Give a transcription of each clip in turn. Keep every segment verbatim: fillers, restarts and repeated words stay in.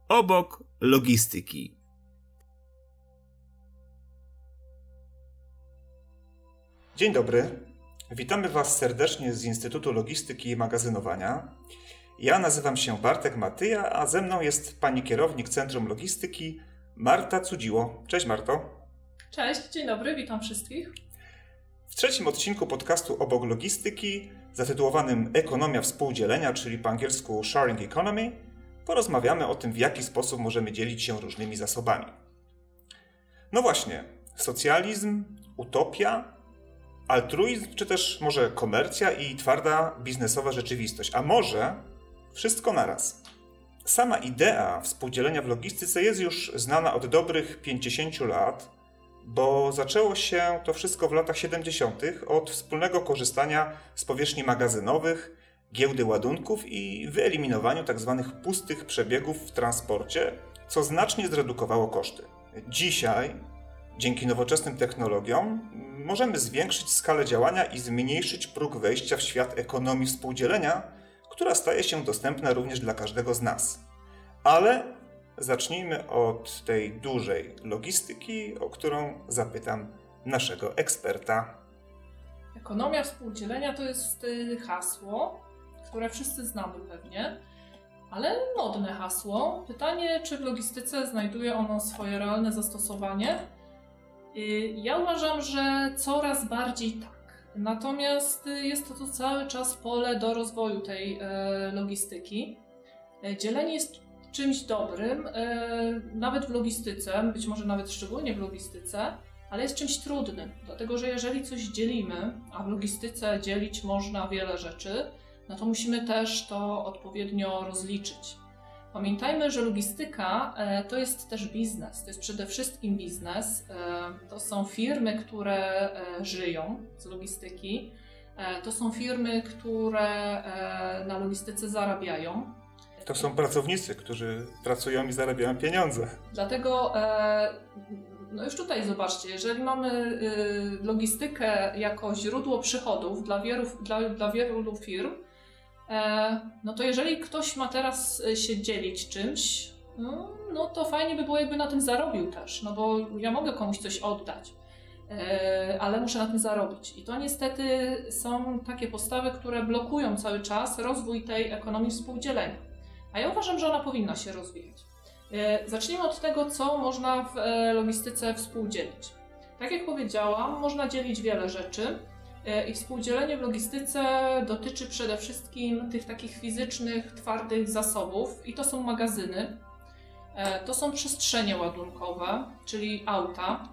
obok logistyki. Dzień dobry, witamy Was serdecznie z Instytutu Logistyki i Magazynowania. Ja nazywam się Bartek Matyja, a ze mną jest pani kierownik Centrum Logistyki Marta Cudziło. Cześć Marto. Cześć, dzień dobry, witam wszystkich. W trzecim odcinku podcastu Obok Logistyki, zatytułowanym Ekonomia współdzielenia, czyli po angielsku Sharing Economy, porozmawiamy o tym, w jaki sposób możemy dzielić się różnymi zasobami. No właśnie, socjalizm, utopia, altruizm, czy też może komercja i twarda biznesowa rzeczywistość, a może wszystko naraz. Sama idea współdzielenia w logistyce jest już znana od dobrych pięćdziesięciu lat, bo zaczęło się to wszystko w latach siedemdziesiątych od wspólnego korzystania z powierzchni magazynowych, giełdy ładunków i wyeliminowaniu tzw. pustych przebiegów w transporcie, co znacznie zredukowało koszty. Dzisiaj, dzięki nowoczesnym technologiom, możemy zwiększyć skalę działania i zmniejszyć próg wejścia w świat ekonomii współdzielenia, która staje się dostępna również dla każdego z nas. Ale zacznijmy od tej dużej logistyki, o którą zapytam naszego eksperta. Ekonomia współdzielenia to jest hasło, które wszyscy znamy pewnie, ale modne hasło. Pytanie, czy w logistyce znajduje ono swoje realne zastosowanie? Ja uważam, że coraz bardziej tak. Natomiast jest to cały czas pole do rozwoju tej logistyki. Dzielenie jest czymś dobrym, nawet w logistyce, być może nawet szczególnie w logistyce, ale jest czymś trudnym, dlatego że jeżeli coś dzielimy, a w logistyce dzielić można wiele rzeczy, no to musimy też to odpowiednio rozliczyć. Pamiętajmy, że logistyka to jest też biznes, to jest przede wszystkim biznes. To są firmy, które żyją z logistyki, to są firmy, które na logistyce zarabiają. To są pracownicy, którzy pracują i zarabiają pieniądze. Dlatego, no już tutaj zobaczcie, jeżeli mamy logistykę jako źródło przychodów dla wielu, dla, dla wielu firm, no to jeżeli ktoś ma teraz się dzielić czymś, no, no to fajnie by było, jakby na tym zarobił też, no bo ja mogę komuś coś oddać, ale muszę na tym zarobić. I to niestety są takie postawy, które blokują cały czas rozwój tej ekonomii współdzielenia. A ja uważam, że ona powinna się rozwijać. Zacznijmy od tego, co można w logistyce współdzielić. Tak jak powiedziałam, można dzielić wiele rzeczy i współdzielenie w logistyce dotyczy przede wszystkim tych takich fizycznych, twardych zasobów i to są magazyny, to są przestrzenie ładunkowe, czyli auta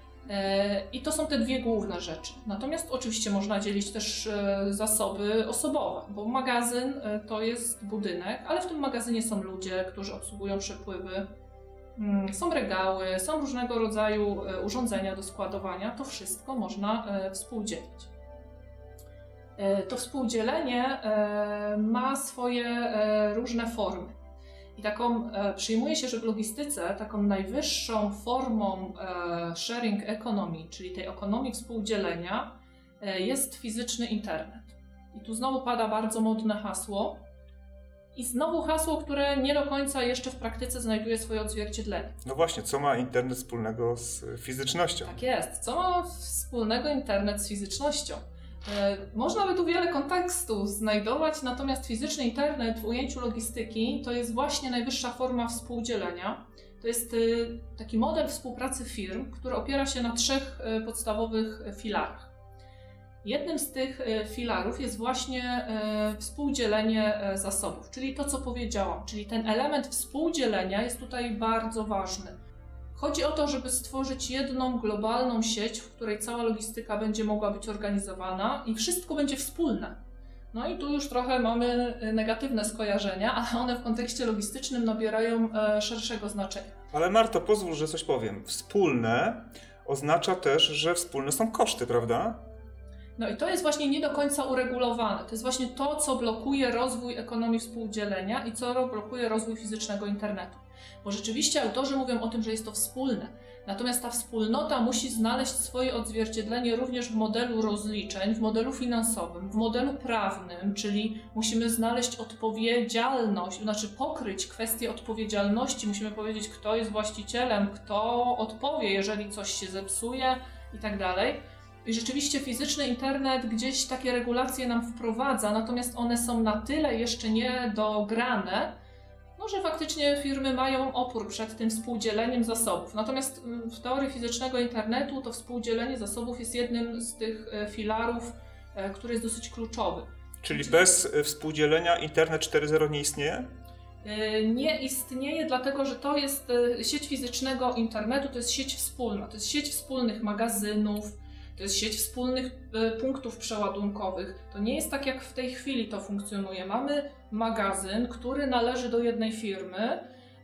i to są te dwie główne rzeczy. Natomiast oczywiście można dzielić też zasoby osobowe, bo magazyn to jest budynek, ale w tym magazynie są ludzie, którzy obsługują przepływy, są regały, są różnego rodzaju urządzenia do składowania, to wszystko można współdzielić. To współdzielenie ma swoje różne formy. I taką przyjmuje się, że w logistyce taką najwyższą formą sharing economy, czyli tej ekonomii współdzielenia, jest fizyczny internet. I tu znowu pada bardzo modne hasło. I znowu hasło, które nie do końca jeszcze w praktyce znajduje swoje odzwierciedlenie. No właśnie, co ma internet wspólnego z fizycznością? Tak jest. Co ma wspólnego internet z fizycznością? Można by tu wiele kontekstów znajdować, natomiast fizyczny internet w ujęciu logistyki to jest właśnie najwyższa forma współdzielenia. To jest taki model współpracy firm, który opiera się na trzech podstawowych filarach. Jednym z tych filarów jest właśnie współdzielenie zasobów, czyli to, co powiedziałam, czyli ten element współdzielenia jest tutaj bardzo ważny. Chodzi o to, żeby stworzyć jedną globalną sieć, w której cała logistyka będzie mogła być organizowana i wszystko będzie wspólne. No i tu już trochę mamy negatywne skojarzenia, ale one w kontekście logistycznym nabierają szerszego znaczenia. Ale Marto, pozwól, że coś powiem. Wspólne oznacza też, że wspólne są koszty, prawda? No i to jest właśnie nie do końca uregulowane. To jest właśnie to, co blokuje rozwój ekonomii współdzielenia i co blokuje rozwój fizycznego internetu. Bo rzeczywiście autorzy mówią o tym, że jest to wspólne. Natomiast ta wspólnota musi znaleźć swoje odzwierciedlenie również w modelu rozliczeń, w modelu finansowym, w modelu prawnym, czyli musimy znaleźć odpowiedzialność, znaczy pokryć kwestię odpowiedzialności, musimy powiedzieć, kto jest właścicielem, kto odpowie, jeżeli coś się zepsuje i tak dalej. I rzeczywiście fizyczny internet gdzieś takie regulacje nam wprowadza, natomiast one są na tyle jeszcze niedograne, no, że faktycznie firmy mają opór przed tym współdzieleniem zasobów. Natomiast w teorii fizycznego internetu to współdzielenie zasobów jest jednym z tych filarów, który jest dosyć kluczowy. Czyli bez współdzielenia internet cztery zero nie istnieje? Nie istnieje, dlatego że to jest sieć fizycznego internetu, to jest sieć wspólna, to jest sieć wspólnych magazynów, to jest sieć wspólnych punktów przeładunkowych. To nie jest tak, jak w tej chwili to funkcjonuje. Mamy magazyn, który należy do jednej firmy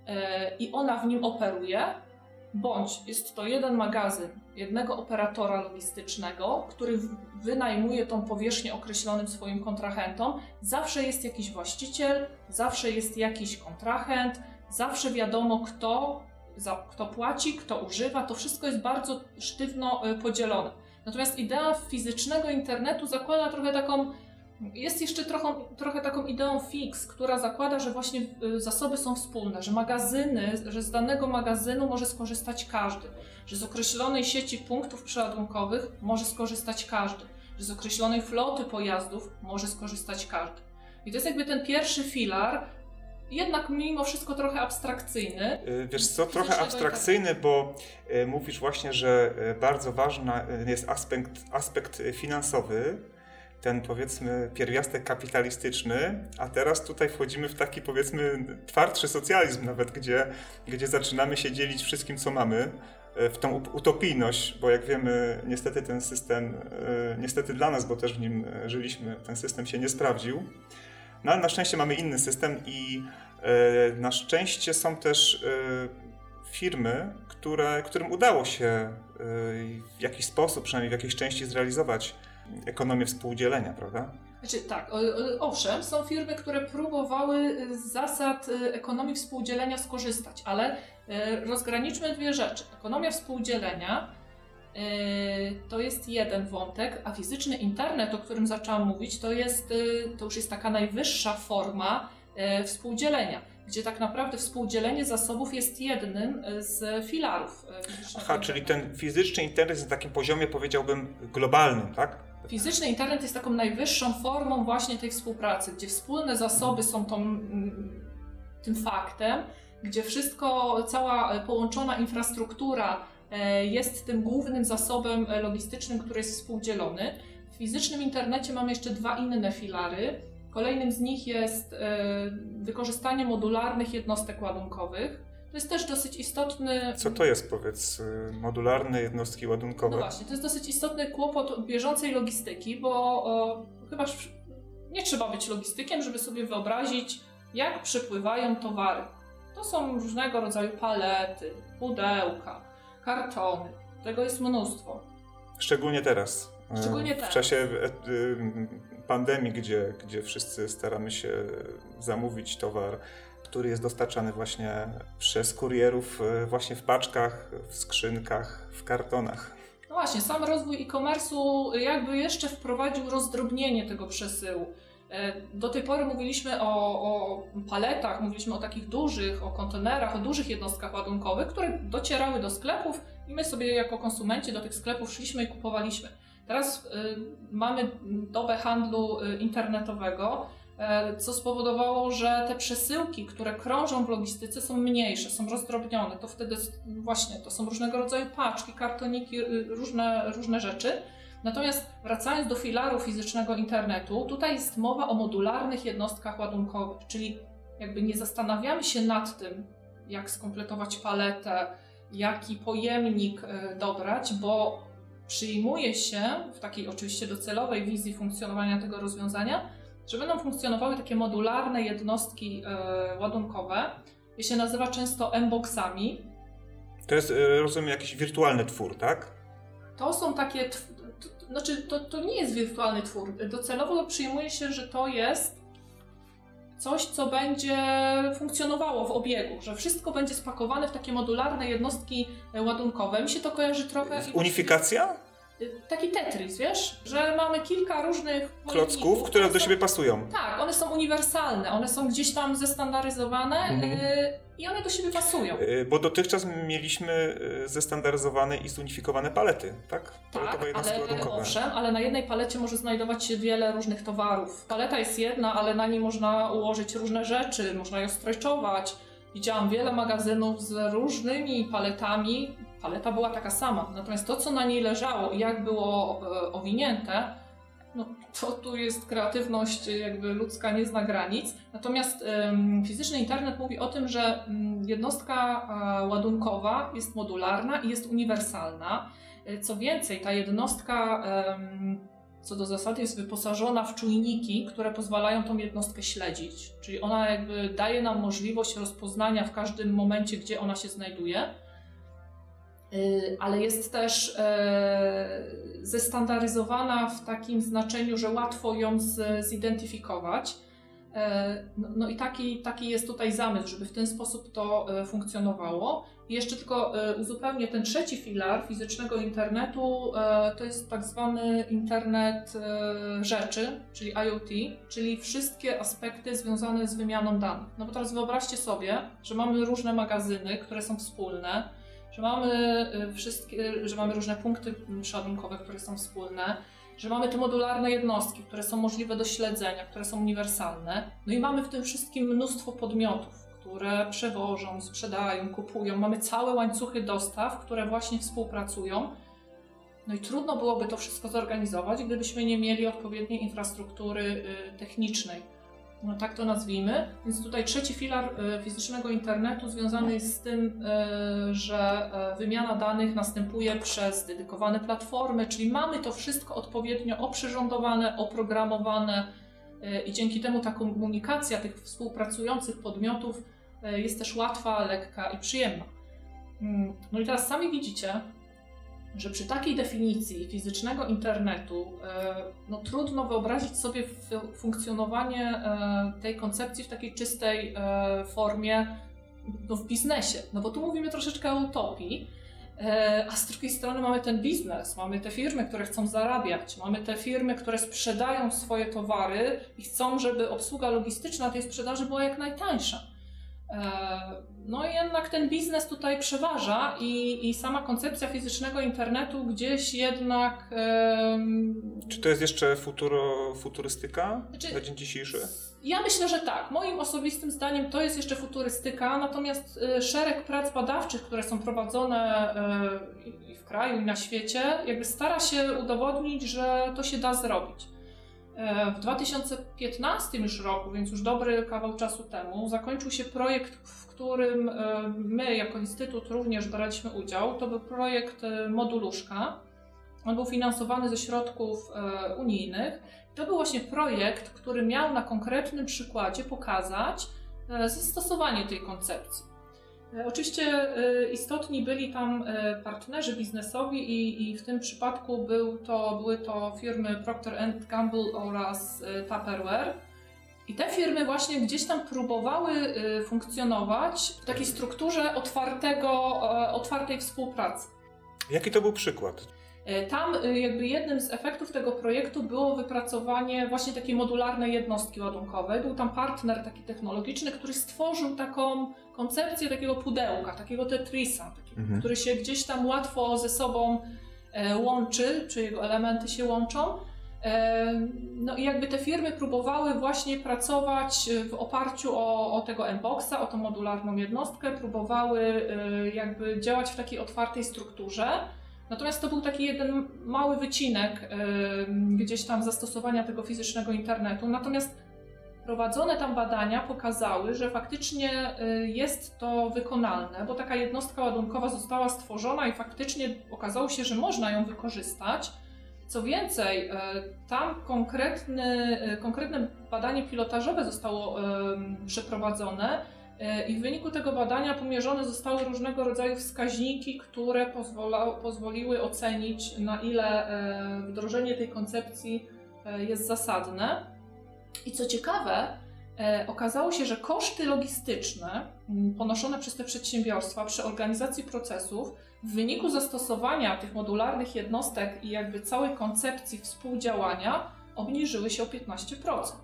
i ona w nim operuje, bądź jest to jeden magazyn jednego operatora logistycznego, który wynajmuje tą powierzchnię określonym swoim kontrahentom. Zawsze jest jakiś właściciel, zawsze jest jakiś kontrahent, zawsze wiadomo kto, za, kto płaci, kto używa. To wszystko jest bardzo sztywno podzielone. Natomiast idea fizycznego internetu zakłada trochę taką, jest jeszcze trochę, trochę taką ideą fix, która zakłada, że właśnie zasoby są wspólne, że magazyny, że z danego magazynu może skorzystać każdy, że z określonej sieci punktów przeładunkowych może skorzystać każdy, że z określonej floty pojazdów może skorzystać każdy. I to jest jakby ten pierwszy filar, jednak mimo wszystko trochę abstrakcyjny. Wiesz co, trochę abstrakcyjny, bo mówisz właśnie, że bardzo ważny jest aspekt, aspekt finansowy, ten powiedzmy pierwiastek kapitalistyczny, a teraz tutaj wchodzimy w taki powiedzmy twardszy socjalizm nawet, gdzie, gdzie zaczynamy się dzielić wszystkim, co mamy, w tą utopijność, bo jak wiemy, niestety ten system, niestety dla nas, bo też w nim żyliśmy, ten system się nie sprawdził. No ale na szczęście mamy inny system i e, na szczęście są też e, firmy, które, którym udało się e, w jakiś sposób, przynajmniej w jakiejś części zrealizować ekonomię współdzielenia, prawda? Znaczy tak, owszem, są firmy, które próbowały z zasad ekonomii współdzielenia skorzystać, ale rozgraniczmy dwie rzeczy. Ekonomia współdzielenia to jest jeden wątek, a fizyczny internet, o którym zaczęłam mówić, to, jest, to już jest taka najwyższa forma współdzielenia, gdzie tak naprawdę współdzielenie zasobów jest jednym z filarów fizycznego Aha, internetu. czyli ten fizyczny internet jest na takim poziomie, powiedziałbym, globalnym, tak? Fizyczny internet jest taką najwyższą formą właśnie tej współpracy, gdzie wspólne zasoby są tą, tym faktem, gdzie wszystko, cała połączona infrastruktura jest tym głównym zasobem logistycznym, który jest współdzielony. W fizycznym internecie mamy jeszcze dwa inne filary. Kolejnym z nich jest wykorzystanie modularnych jednostek ładunkowych. To jest też dosyć istotny... Co to jest, powiedz, modularne jednostki ładunkowe? No właśnie, to jest dosyć istotny kłopot bieżącej logistyki, bo o, chyba nie trzeba być logistykiem, żeby sobie wyobrazić, jak przypływają towary. To są różnego rodzaju palety, pudełka, kartony. Tego jest mnóstwo. Szczególnie teraz. Szczególnie w teraz. czasie pandemii, gdzie, gdzie wszyscy staramy się zamówić towar, który jest dostarczany właśnie przez kurierów właśnie w paczkach, w skrzynkach, w kartonach. No właśnie, sam rozwój e-commerce'u jakby jeszcze wprowadził rozdrobnienie tego przesyłu. Do tej pory mówiliśmy o, o paletach, mówiliśmy o takich dużych, o kontenerach, o dużych jednostkach ładunkowych, które docierały do sklepów i my sobie jako konsumenci do tych sklepów szliśmy i kupowaliśmy. Teraz y, mamy dobę handlu internetowego, y, co spowodowało, że te przesyłki, które krążą w logistyce, są mniejsze, są rozdrobnione. To wtedy właśnie to są różnego rodzaju paczki, kartoniki, y, różne, różne rzeczy. Natomiast wracając do filaru fizycznego internetu, tutaj jest mowa o modularnych jednostkach ładunkowych, czyli jakby nie zastanawiamy się nad tym, jak skompletować paletę, jaki pojemnik dobrać, bo przyjmuje się w takiej oczywiście docelowej wizji funkcjonowania tego rozwiązania, że będą funkcjonowały takie modularne jednostki ładunkowe. Je się nazywa często M-boxami. To jest, rozumiem, jakiś wirtualny twór, tak? To są takie... Znaczy, to, to nie jest wirtualny twór. Docelowo przyjmuje się, że to jest coś, co będzie funkcjonowało w obiegu, że wszystko będzie spakowane w takie modularne jednostki ładunkowe. Mi się to kojarzy trochę... Unifikacja? Taki Tetris, wiesz? Że mamy kilka różnych klocków, które do siebie pasują. Tak, one są uniwersalne, one są gdzieś tam zestandaryzowane mhm. y, i one do siebie pasują. Y, bo dotychczas mieliśmy zestandaryzowane i zunifikowane palety, tak? Paletowe tak, ale owszem, ale na jednej palecie może znajdować się wiele różnych towarów. Paleta jest jedna, ale na niej można ułożyć różne rzeczy, można ją strojczować. Widziałam wiele magazynów z różnymi paletami. Paleta była taka sama, natomiast to, co na niej leżało i jak było e, owinięte, no to tu jest kreatywność jakby ludzka nie zna granic. Natomiast e, fizyczny internet mówi o tym, że m, jednostka e, ładunkowa jest modularna i jest uniwersalna. E, co więcej, ta jednostka e, co do zasady jest wyposażona w czujniki, które pozwalają tą jednostkę śledzić. Czyli ona jakby daje nam możliwość rozpoznania w każdym momencie, gdzie ona się znajduje. Ale jest też e, zestandaryzowana w takim znaczeniu, że łatwo ją z, zidentyfikować. E, no, no i taki, taki jest tutaj zamysł, żeby w ten sposób to e, funkcjonowało. I jeszcze tylko e, uzupełnię ten trzeci filar fizycznego internetu, e, to jest tak zwany internet e, rzeczy, czyli I O T, czyli wszystkie aspekty związane z wymianą danych. No bo teraz wyobraźcie sobie, że mamy różne magazyny, które są wspólne, że mamy wszystkie, że mamy różne punkty przeładunkowe, które są wspólne, że mamy te modularne jednostki, które są możliwe do śledzenia, które są uniwersalne. No i mamy w tym wszystkim mnóstwo podmiotów, które przewożą, sprzedają, kupują. Mamy całe łańcuchy dostaw, które właśnie współpracują. No i trudno byłoby to wszystko zorganizować, gdybyśmy nie mieli odpowiedniej infrastruktury technicznej. No tak to nazwijmy. Więc tutaj trzeci filar fizycznego internetu związany jest z tym, że wymiana danych następuje przez dedykowane platformy, czyli mamy to wszystko odpowiednio oprzyrządowane, oprogramowane i dzięki temu ta komunikacja tych współpracujących podmiotów jest też łatwa, lekka i przyjemna. No i teraz sami widzicie, że przy takiej definicji fizycznego internetu no, trudno wyobrazić sobie funkcjonowanie tej koncepcji w takiej czystej formie no, w biznesie. No bo tu mówimy troszeczkę o utopii, a z drugiej strony mamy ten biznes, mamy te firmy, które chcą zarabiać, mamy te firmy, które sprzedają swoje towary i chcą, żeby obsługa logistyczna tej sprzedaży była jak najtańsza. No i jednak ten biznes tutaj przeważa i, i sama koncepcja fizycznego internetu gdzieś jednak... Um... Czy to jest jeszcze futuro, futurystyka znaczy, na dzień dzisiejszy? Ja myślę, że tak. Moim osobistym zdaniem to jest jeszcze futurystyka, natomiast y, szereg prac badawczych, które są prowadzone y, i w kraju, i na świecie, jakby stara się udowodnić, że to się da zrobić. W dwa tysiące piętnastym już roku, więc już dobry kawał czasu temu, zakończył się projekt, w którym my jako Instytut również braliśmy udział. To był projekt Moduluszka. On był finansowany ze środków unijnych. To był właśnie projekt, który miał na konkretnym przykładzie pokazać zastosowanie tej koncepcji. Oczywiście istotni byli tam partnerzy biznesowi i, i w tym przypadku był to, były to firmy Procter and Gamble oraz Tupperware. I te firmy właśnie gdzieś tam próbowały funkcjonować w takiej strukturze otwartego, otwartej współpracy. Jaki to był przykład? Tam jakby jednym z efektów tego projektu było wypracowanie właśnie takiej modularnej jednostki ładunkowej. Był tam partner taki technologiczny, który stworzył taką koncepcję takiego pudełka, takiego Tetrisa, takiego, mhm. który się gdzieś tam łatwo ze sobą e, łączy, czy jego elementy się łączą. E, no i jakby te firmy próbowały właśnie pracować w oparciu o, o tego M-Boxa, o tą modularną jednostkę, próbowały e, jakby działać w takiej otwartej strukturze. Natomiast to był taki jeden mały wycinek yy, gdzieś tam zastosowania tego fizycznego internetu. Natomiast prowadzone tam badania pokazały, że faktycznie yy, jest to wykonalne, bo taka jednostka ładunkowa została stworzona i faktycznie okazało się, że można ją wykorzystać. Co więcej, yy, tam konkretny, yy, konkretne badanie pilotażowe zostało yy, przeprowadzone. I w wyniku tego badania pomierzone zostały różnego rodzaju wskaźniki, które pozwola, pozwoliły ocenić, na ile wdrożenie tej koncepcji jest zasadne. I co ciekawe, e, okazało się, że koszty logistyczne m, ponoszone przez te przedsiębiorstwa przy organizacji procesów w wyniku zastosowania tych modularnych jednostek i jakby całej koncepcji współdziałania obniżyły się o piętnaście procent.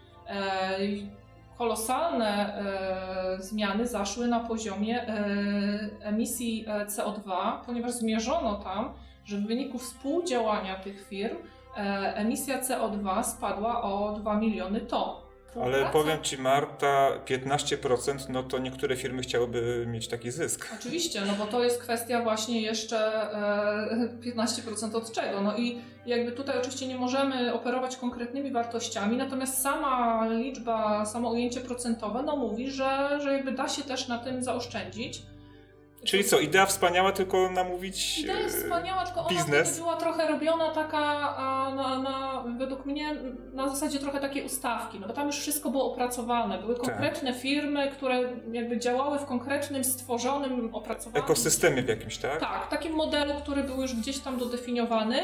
E, kolosalne e, zmiany zaszły na poziomie e, emisji C O dwa, ponieważ zmierzono tam, że w wyniku współdziałania tych firm e, emisja C O dwa spadła o dwa miliony ton. Ale powiem Ci, Marta, piętnaście procent, no to niektóre firmy chciałyby mieć taki zysk. Oczywiście, no bo to jest kwestia właśnie jeszcze e, piętnaście procent od czego. No i jakby tutaj oczywiście nie możemy operować konkretnymi wartościami, natomiast sama liczba, samo ujęcie procentowe no mówi, że, że jakby da się też na tym zaoszczędzić. Czyli co, idea wspaniała, tylko namówić Idea jest wspaniała, tylko ona biznes. była trochę robiona taka, a, na, na, według mnie, na zasadzie trochę takiej ustawki, no bo tam już wszystko było opracowane, były konkretne tak. firmy, które jakby działały w konkretnym, stworzonym, opracowanym... ekosystemie w jakimś, tak? Tak, takim modelu, który był już gdzieś tam dodefiniowany.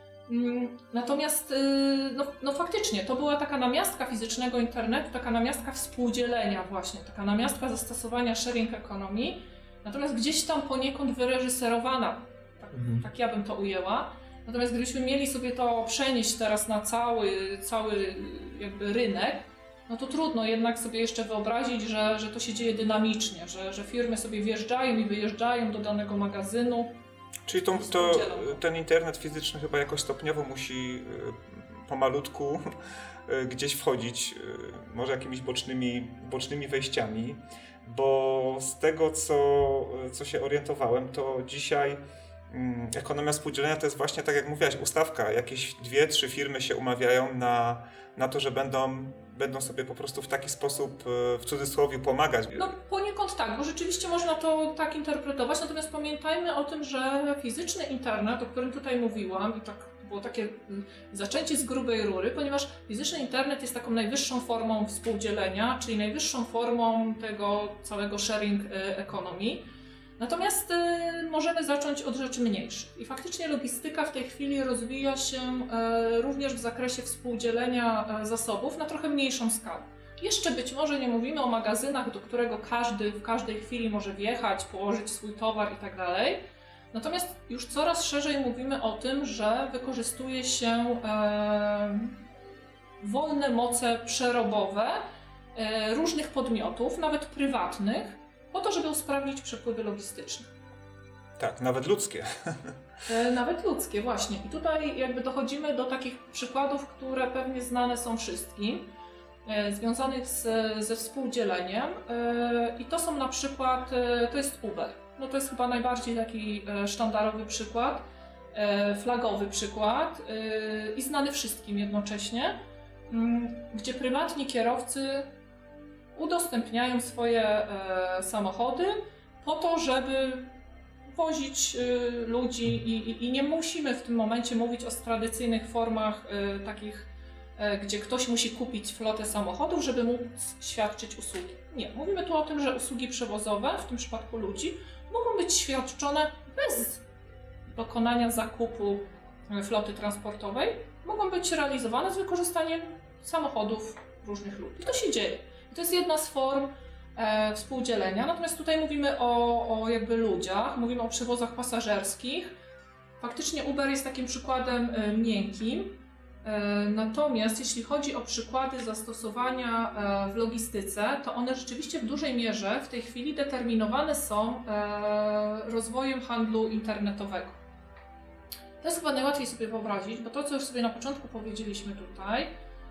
Natomiast no, no faktycznie to była taka namiastka fizycznego internetu, taka namiastka współdzielenia właśnie, taka namiastka zastosowania sharing economy. Natomiast gdzieś tam poniekąd wyreżyserowana, tak, mhm. tak ja bym to ujęła. Natomiast gdybyśmy mieli sobie to przenieść teraz na cały, cały jakby rynek, no to trudno jednak sobie jeszcze wyobrazić, że, że to się dzieje dynamicznie, że, że firmy sobie wjeżdżają i wyjeżdżają do danego magazynu. Czyli to, to, ten internet fizyczny chyba jakoś stopniowo musi pomalutku gdzieś wchodzić, może jakimiś bocznymi, bocznymi wejściami. Bo z tego, co, co się orientowałem, to dzisiaj mm, ekonomia współdzielenia to jest właśnie, tak jak mówiłaś, ustawka. Jakieś dwie, trzy firmy się umawiają na, na to, że będą, będą sobie po prostu w taki sposób, w cudzysłowie, pomagać. No poniekąd tak, bo rzeczywiście można to tak interpretować, natomiast pamiętajmy o tym, że fizyczny internet, o którym tutaj mówiłam, i tak było takie zaczęcie z grubej rury, ponieważ fizyczny internet jest taką najwyższą formą współdzielenia, czyli najwyższą formą tego całego sharing economy. Natomiast y, możemy zacząć od rzeczy mniejszych. I faktycznie logistyka w tej chwili rozwija się y, również w zakresie współdzielenia y, zasobów na trochę mniejszą skalę. Jeszcze być może nie mówimy o magazynach, do którego każdy w każdej chwili może wjechać, położyć swój towar i tak dalej. Natomiast już coraz szerzej mówimy o tym, że wykorzystuje się e, wolne moce przerobowe e, różnych podmiotów, nawet prywatnych, po to, żeby usprawnić przepływy logistyczne. Tak, nawet ludzkie. E, nawet ludzkie, właśnie. I tutaj jakby dochodzimy do takich przykładów, które pewnie znane są wszystkim, e, związanych z, ze współdzieleniem. E, I to są na przykład, e, to jest Uber. No to jest chyba najbardziej taki sztandarowy przykład, flagowy przykład i znany wszystkim jednocześnie, gdzie prywatni kierowcy udostępniają swoje samochody po to, żeby wozić ludzi i, i, i nie musimy w tym momencie mówić o tradycyjnych formach takich, gdzie ktoś musi kupić flotę samochodów, żeby móc świadczyć usługi. Nie, mówimy tu o tym, że usługi przewozowe, w tym przypadku ludzi, mogą być świadczone bez dokonania zakupu floty transportowej, mogą być realizowane z wykorzystaniem samochodów różnych ludzi. I to się dzieje. I to jest jedna z form e, współdzielenia, natomiast tutaj mówimy o, o jakby ludziach, mówimy o przewozach pasażerskich. Faktycznie Uber jest takim przykładem e, miękkim. Natomiast jeśli chodzi o przykłady zastosowania w logistyce, to one rzeczywiście w dużej mierze w tej chwili determinowane są rozwojem handlu internetowego. To jest chyba najłatwiej sobie wyobrazić, bo to, co już sobie na początku powiedzieliśmy tutaj,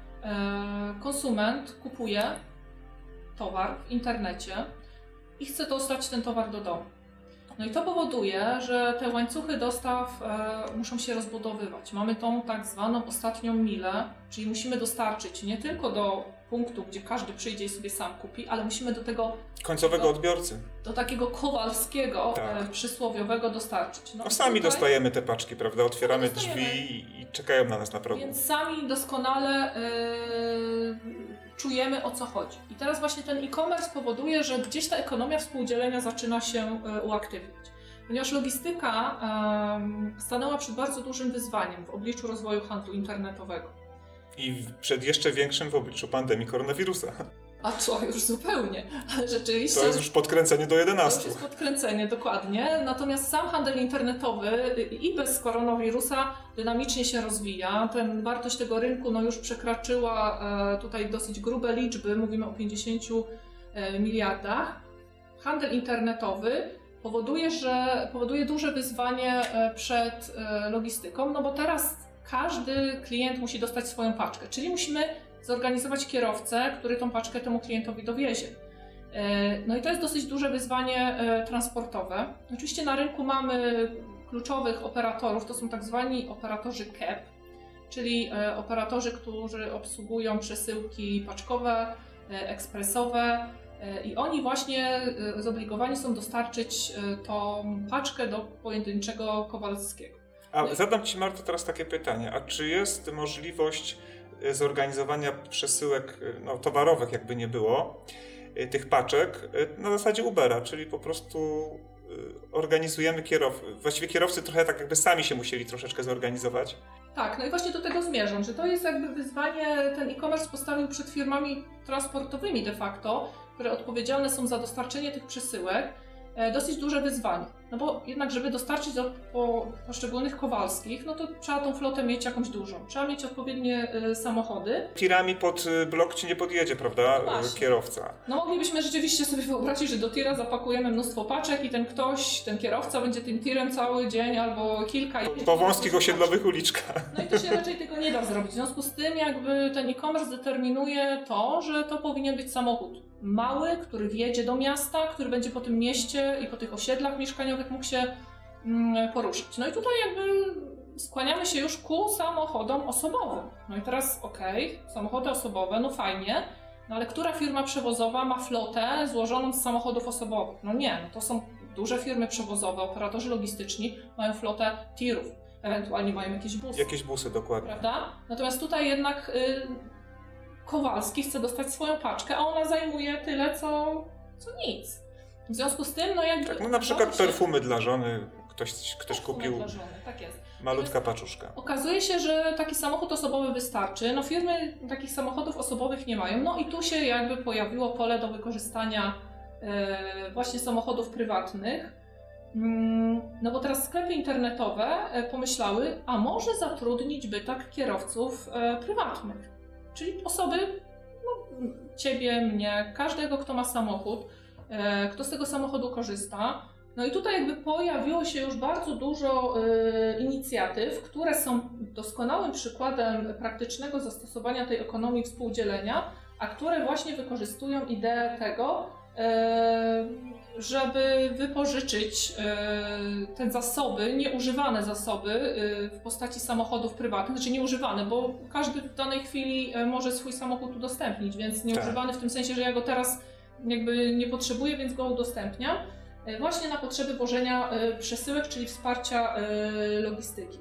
konsument kupuje towar w internecie i chce dostać ten towar do domu. No i to powoduje, że te łańcuchy dostaw e, muszą się rozbudowywać. Mamy tą tak zwaną ostatnią milę, czyli musimy dostarczyć nie tylko do punktu, gdzie każdy przyjdzie i sobie sam kupi, ale musimy do tego końcowego takiego, odbiorcy. Do takiego kowalskiego, tak. e, przysłowiowego dostarczyć. No, no sami tutaj dostajemy te paczki, prawda? Otwieramy drzwi i, i czekają na nas na progu. Więc sami doskonale e, czujemy, o co chodzi. I teraz właśnie ten e-commerce powoduje, że gdzieś ta ekonomia współdzielenia zaczyna się e, uaktywniać. Ponieważ logistyka e, stanęła przed bardzo dużym wyzwaniem w obliczu rozwoju handlu internetowego. I przed jeszcze większym w obliczu pandemii koronawirusa. A to już zupełnie, ale rzeczywiście... To jest już podkręcenie do jedenastu. To już jest podkręcenie, dokładnie. Natomiast sam handel internetowy i bez koronawirusa dynamicznie się rozwija. Ten wartość tego rynku no, już przekroczyła e, tutaj dosyć grube liczby, mówimy o pięćdziesięciu miliardach. Handel internetowy powoduje, że powoduje duże wyzwanie przed logistyką, no bo teraz każdy klient musi dostać swoją paczkę, czyli musimy zorganizować kierowcę, który tą paczkę temu klientowi dowiezie. No i to jest dosyć duże wyzwanie transportowe. Oczywiście na rynku mamy kluczowych operatorów, to są tak zwani operatorzy C E P, czyli operatorzy, którzy obsługują przesyłki paczkowe, ekspresowe i oni właśnie zobligowani są dostarczyć tą paczkę do pojedynczego Kowalskiego. A zadam Ci, Marto, teraz takie pytanie. A czy jest możliwość zorganizowania przesyłek no, towarowych, jakby nie było, tych paczek na zasadzie Ubera, czyli po prostu organizujemy kierowców, właściwie kierowcy trochę tak jakby sami się musieli troszeczkę zorganizować? Tak, no i właśnie do tego zmierzam, że to jest jakby wyzwanie, ten e-commerce postawił przed firmami transportowymi de facto, które odpowiedzialne są za dostarczenie tych przesyłek, dosyć duże wyzwanie. No bo jednak, żeby dostarczyć do po, poszczególnych Kowalskich, no to trzeba tą flotę mieć jakąś dużą. Trzeba mieć odpowiednie y, samochody. Tirami pod blok Ci nie podjedzie, prawda, no kierowca? No moglibyśmy rzeczywiście sobie wyobrazić, że do tira zapakujemy mnóstwo paczek i ten ktoś, ten kierowca będzie tym tirem cały dzień albo kilka. Po, po wąskich osiedlowych uliczkach. No i to się raczej tego nie da zrobić. W związku z tym jakby ten e-commerce determinuje to, że to powinien być samochód mały, który wjedzie do miasta, który będzie po tym mieście i po tych osiedlach mieszkaniowych mógł się mm, poruszać. No i tutaj jakby skłaniamy się już ku samochodom osobowym. No i teraz okej, okay, samochody osobowe, no fajnie, no ale która firma przewozowa ma flotę złożoną z samochodów osobowych? No nie, no to są duże firmy przewozowe, operatorzy logistyczni mają flotę tirów, ewentualnie mają jakieś busy. Jakieś busy, dokładnie. Prawda? Natomiast tutaj jednak y, Kowalski chce dostać swoją paczkę, a ona zajmuje tyle, co, co nic. W związku z tym, no jakby... Tak, no na przykład się... perfumy dla żony, ktoś, ktoś perfumy kupił, dla żony, tak jest. malutka paczuszka. Okazuje się, że taki samochód osobowy wystarczy, no firmy takich samochodów osobowych nie mają, no i tu się jakby pojawiło pole do wykorzystania e, właśnie samochodów prywatnych. Mm, no bo teraz sklepy internetowe e, pomyślały, a może zatrudnić by tak kierowców e, prywatnych. Czyli osoby, no, ciebie, mnie, każdego, kto ma samochód, e, kto z tego samochodu korzysta. No i tutaj jakby pojawiło się już bardzo dużo e, inicjatyw, które są doskonałym przykładem praktycznego zastosowania tej ekonomii współdzielenia, a które właśnie wykorzystują ideę tego, e, żeby wypożyczyć e, te zasoby, nieużywane zasoby e, w postaci samochodów prywatnych, znaczy nieużywane, bo każdy w danej chwili e, może swój samochód udostępnić, więc nieużywany tak. W tym sensie, że ja go teraz jakby nie potrzebuję, więc go udostępniam, e, właśnie na potrzeby wożenia e, przesyłek, czyli wsparcia e, logistyki.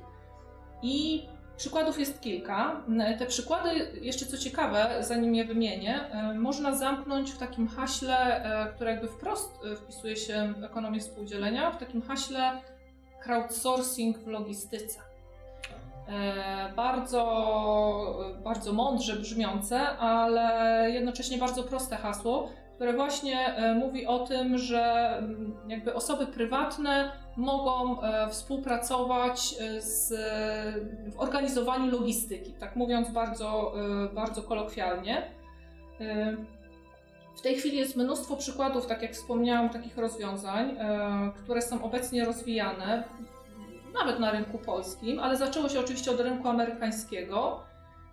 I przykładów jest kilka. Te przykłady, jeszcze co ciekawe, zanim je wymienię, można zamknąć w takim haśle, które jakby wprost wpisuje się w ekonomię współdzielenia, w takim haśle crowdsourcing w logistyce. Bardzo, bardzo mądrze brzmiące, ale jednocześnie bardzo proste hasło, które właśnie mówi o tym, że jakby osoby prywatne mogą współpracować z, w organizowaniu logistyki, tak mówiąc bardzo, bardzo kolokwialnie. W tej chwili jest mnóstwo przykładów, tak jak wspomniałam, takich rozwiązań, które są obecnie rozwijane, nawet na rynku polskim, ale zaczęło się oczywiście od rynku amerykańskiego.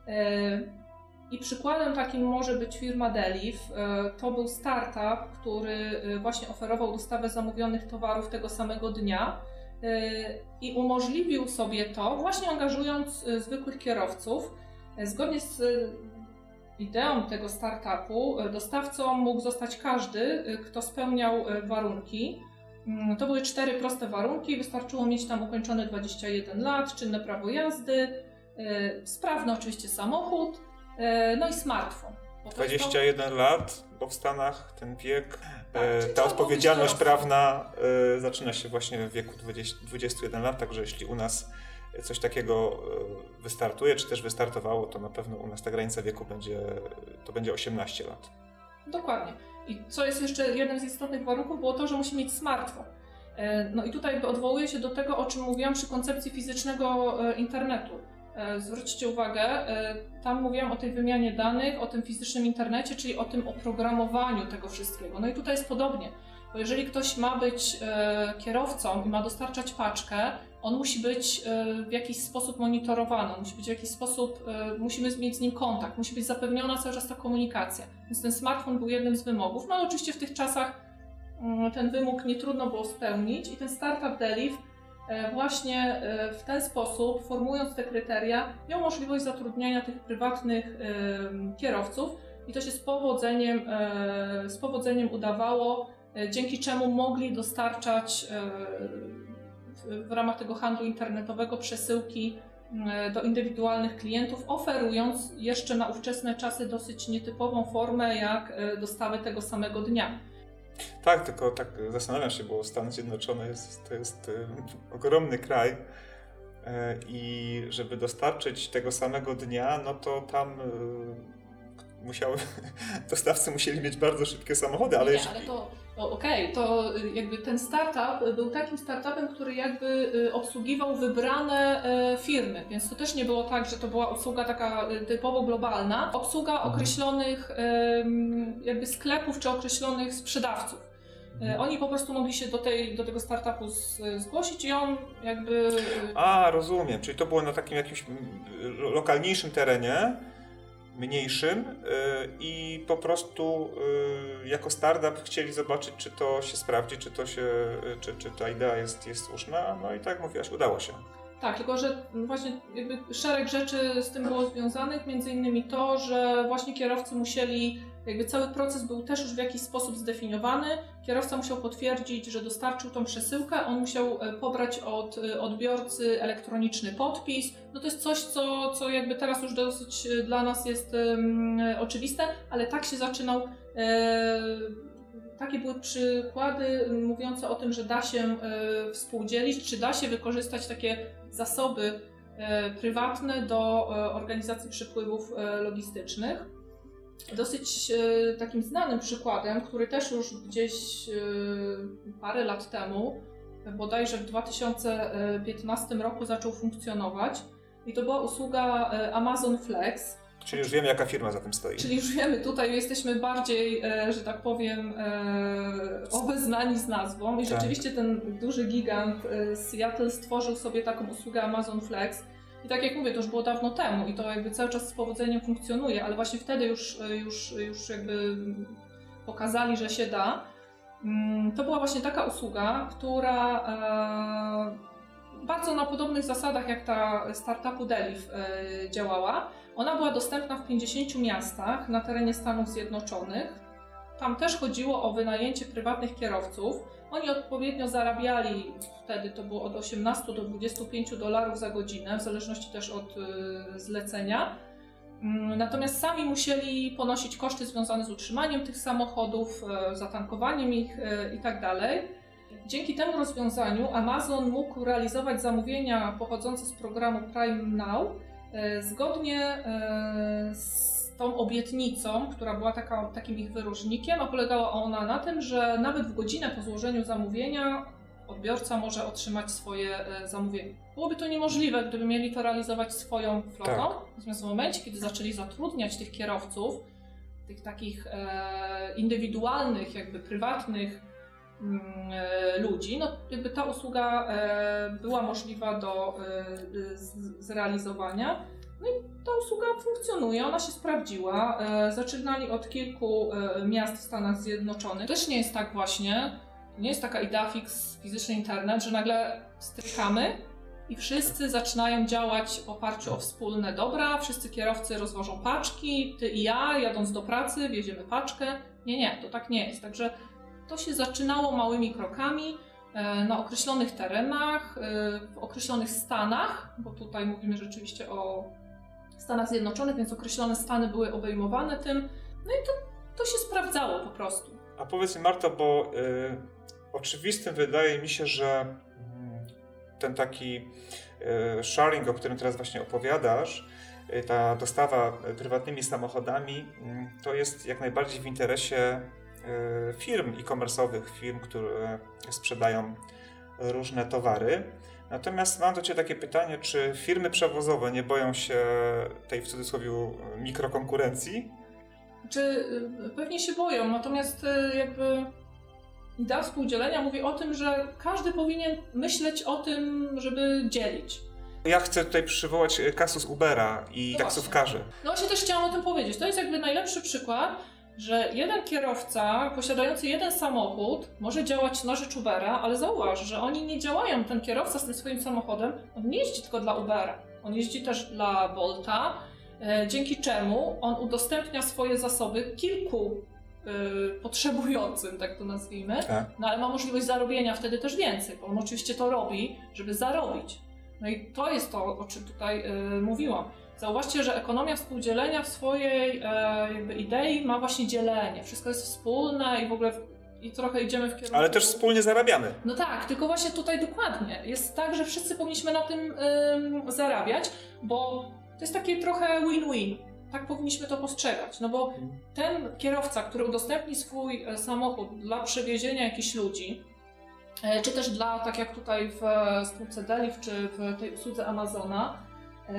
I przykładem takim może być firma Deliv. To był startup, który właśnie oferował dostawę zamówionych towarów tego samego dnia i umożliwił sobie to właśnie angażując zwykłych kierowców. Zgodnie z ideą tego startupu dostawcą mógł zostać każdy, kto spełniał warunki. To były cztery proste warunki, wystarczyło mieć tam ukończone dwadzieścia jeden lat, czynne prawo jazdy, sprawny oczywiście samochód, no i smartfon. dwadzieścia jeden lat, bo w Stanach ten wiek, tak, e, ta odpowiedzialność prawna e, zaczyna się właśnie w wieku dwudziestu jeden lat, także jeśli u nas coś takiego wystartuje, czy też wystartowało, to na pewno u nas ta granica wieku będzie, to będzie osiemnaście lat. Dokładnie. I co jest jeszcze jednym z istotnych warunków, było to, że musi mieć smartfon. No i tutaj odwołuję się do tego, o czym mówiłam przy koncepcji fizycznego internetu. Zwróćcie uwagę, tam mówiłam o tej wymianie danych, o tym fizycznym internecie, czyli o tym oprogramowaniu tego wszystkiego. No i tutaj jest podobnie, bo jeżeli ktoś ma być kierowcą i ma dostarczać paczkę, on musi być w jakiś sposób monitorowany, musi być w jakiś sposób, musimy mieć z nim kontakt, musi być zapewniona cały czas ta komunikacja. Więc ten smartfon był jednym z wymogów. No ale oczywiście w tych czasach ten wymóg nie trudno było spełnić i ten startup Delif właśnie w ten sposób, formując te kryteria, miał możliwość zatrudniania tych prywatnych kierowców i to się z powodzeniem, z powodzeniem udawało, dzięki czemu mogli dostarczać w ramach tego handlu internetowego przesyłki do indywidualnych klientów, oferując jeszcze na ówczesne czasy dosyć nietypową formę jak dostawy tego samego dnia. Tak, tylko tak zastanawiam się, bo Stany Zjednoczone jest, to jest y, ogromny kraj y, i żeby dostarczyć tego samego dnia, no to tam y, musiały, dostawcy musieli mieć bardzo szybkie samochody, ale... Nie, jeszcze... ale to, to okej, okay, to jakby ten startup był takim startupem, który jakby obsługiwał wybrane firmy, więc to też nie było tak, że to była usługa taka typowo globalna, obsługa określonych jakby sklepów czy określonych sprzedawców. Oni po prostu mogli się do, tej, do tego startupu z, zgłosić i on jakby... A, rozumiem, czyli to było na takim jakimś lokalniejszym terenie, mniejszym yy, i po prostu yy, jako startup chcieli zobaczyć, czy to się sprawdzi, czy to się, yy, czy, czy ta idea jest, jest słuszna, no i tak mówiłaś, udało się. Tak, tylko że właśnie jakby szereg rzeczy z tym było związanych, między innymi to, że właśnie kierowcy musieli, jakby cały proces był też już w jakiś sposób zdefiniowany, kierowca musiał potwierdzić, że dostarczył tą przesyłkę, on musiał pobrać od odbiorcy elektroniczny podpis, no to jest coś, co, co jakby teraz już dosyć dla nas jest um, oczywiste, ale tak się zaczynał, e, takie były przykłady mówiące o tym, że da się e, współdzielić, czy da się wykorzystać takie zasoby e, prywatne do e, organizacji przepływów e, logistycznych. Dosyć e, takim znanym przykładem, który też już gdzieś e, parę lat temu, bodajże w dwa tysiące piętnastym roku zaczął funkcjonować i to była usługa e, Amazon Flex. Czyli już wiemy, jaka firma za tym stoi. Czyli już wiemy, tutaj jesteśmy bardziej, e, że tak powiem, e, obeznani z nazwą i tak. Rzeczywiście ten duży gigant e, z Seattle stworzył sobie taką usługę Amazon Flex. I tak jak mówię, to już było dawno temu i to jakby cały czas z powodzeniem funkcjonuje, ale właśnie wtedy już, już, już jakby pokazali, że się da. To była właśnie taka usługa, która e, bardzo na podobnych zasadach jak ta startupu Delif e, działała. Ona była dostępna w pięćdziesięciu miastach na terenie Stanów Zjednoczonych. Tam też chodziło o wynajęcie prywatnych kierowców. Oni odpowiednio zarabiali, wtedy to było od osiemnastu do dwudziestu pięciu dolarów za godzinę, w zależności też od y, zlecenia. Natomiast sami musieli ponosić koszty związane z utrzymaniem tych samochodów, y, zatankowaniem ich y, i tak dalej. Dzięki temu rozwiązaniu Amazon mógł realizować zamówienia pochodzące z programu Prime Now y, zgodnie y, z tą obietnicą, która była taka, takim ich wyróżnikiem, a polegała ona na tym, że nawet w godzinę po złożeniu zamówienia odbiorca może otrzymać swoje e, zamówienie. Byłoby to niemożliwe, gdyby mieli to realizować swoją flotą. Tak. Natomiast w momencie, kiedy zaczęli zatrudniać tych kierowców, tych takich e, indywidualnych, jakby prywatnych e, ludzi, no jakby ta usługa e, była możliwa do e, z, zrealizowania. No i ta usługa funkcjonuje, ona się sprawdziła. E, zaczynali od kilku e, miast w Stanach Zjednoczonych. Też nie jest tak właśnie, nie jest taka idea fix fizyczny internet, że nagle strykamy i wszyscy zaczynają działać w oparciu o wspólne dobra, wszyscy kierowcy rozwożą paczki, ty i ja jadąc do pracy wieziemy paczkę. Nie, nie, to tak nie jest. Także to się zaczynało małymi krokami e, na określonych terenach, e, w określonych stanach, bo tutaj mówimy rzeczywiście o Stanach Zjednoczonych, więc określone stany były obejmowane tym, no i to, to się sprawdzało po prostu. A powiedz mi, Marto, bo y, oczywistym wydaje mi się, że y, ten taki y, sharing, o którym teraz właśnie opowiadasz, ta dostawa prywatnymi samochodami to jest jak najbardziej w interesie firm e-commerce'owych, firm, które sprzedają różne towary. Natomiast mam do Ciebie takie pytanie, czy firmy przewozowe nie boją się tej w cudzysłowie mikrokonkurencji? Czy pewnie się boją, natomiast jakby idea współdzielenia mówi o tym, że każdy powinien myśleć o tym, żeby dzielić. Ja chcę tutaj przywołać kasus Ubera i no taksówkarzy. Właśnie. No właśnie też chciałam o tym powiedzieć. To jest jakby najlepszy przykład, że jeden kierowca posiadający jeden samochód może działać na rzecz Ubera, ale zauważ, że oni nie działają, ten kierowca z tym swoim samochodem, on nie jeździ tylko dla Ubera, on jeździ też dla Bolta, e, dzięki czemu on udostępnia swoje zasoby kilku y, potrzebującym, tak to nazwijmy, tak. No ale ma możliwość zarobienia wtedy też więcej, bo on oczywiście to robi, żeby zarobić. No i to jest to, o czym tutaj y, mówiłam. Zauważcie, że ekonomia współdzielenia w swojej e, jakby idei ma właśnie dzielenie. Wszystko jest wspólne i w ogóle w, i trochę idziemy w kierunku... Ale też wspólnie zarabiamy. No tak, tylko właśnie tutaj dokładnie. Jest tak, że wszyscy powinniśmy na tym ym, zarabiać, bo to jest takie trochę win-win. Tak powinniśmy to postrzegać. No bo ten kierowca, który udostępni swój e, samochód dla przewiezienia jakichś ludzi, e, czy też dla, tak jak tutaj w spółce Deliv, czy w tej usłudze Amazona,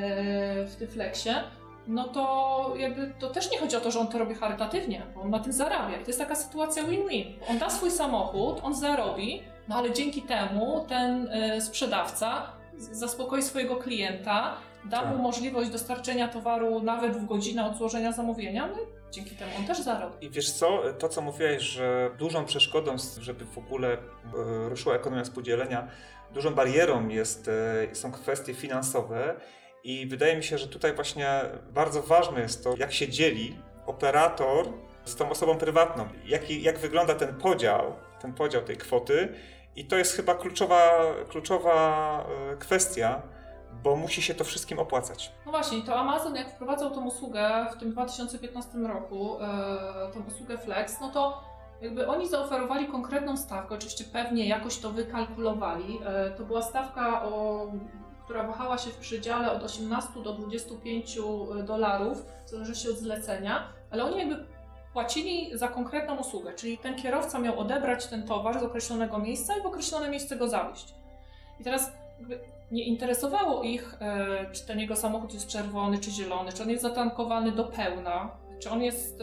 w tym Flexie, no to jakby to też nie chodzi o to, że on to robi charytatywnie, bo on na tym zarabia i to jest taka sytuacja win-win. On da swój samochód, on zarobi, no ale dzięki temu ten y, sprzedawca zaspokoi swojego klienta, da mu możliwość dostarczenia towaru nawet w godzinę od złożenia zamówienia, no i dzięki temu on też zarobi. I wiesz co, to co mówiłeś, że dużą przeszkodą, żeby w ogóle y, ruszyła ekonomia współdzielenia, dużą barierą jest, y, są kwestie finansowe. I wydaje mi się, że tutaj właśnie bardzo ważne jest to, jak się dzieli operator z tą osobą prywatną. Jak, jak wygląda ten podział, ten podział tej kwoty. I to jest chyba kluczowa, kluczowa kwestia, bo musi się to wszystkim opłacać. No właśnie, to Amazon jak wprowadzał tą usługę w tym dwa tysiące piętnastym roku, e, tą usługę Flex, no to jakby oni zaoferowali konkretną stawkę, oczywiście pewnie jakoś to wykalkulowali. E, to była stawka o... która wahała się w przedziale od osiemnastu do dwudziestu pięciu dolarów, w zależności od zlecenia, ale oni jakby płacili za konkretną usługę, czyli ten kierowca miał odebrać ten towar z określonego miejsca i w określone miejsce go zawieźć. I teraz jakby nie interesowało ich, e, czy ten jego samochód jest czerwony czy zielony, czy on jest zatankowany do pełna, czy on jest,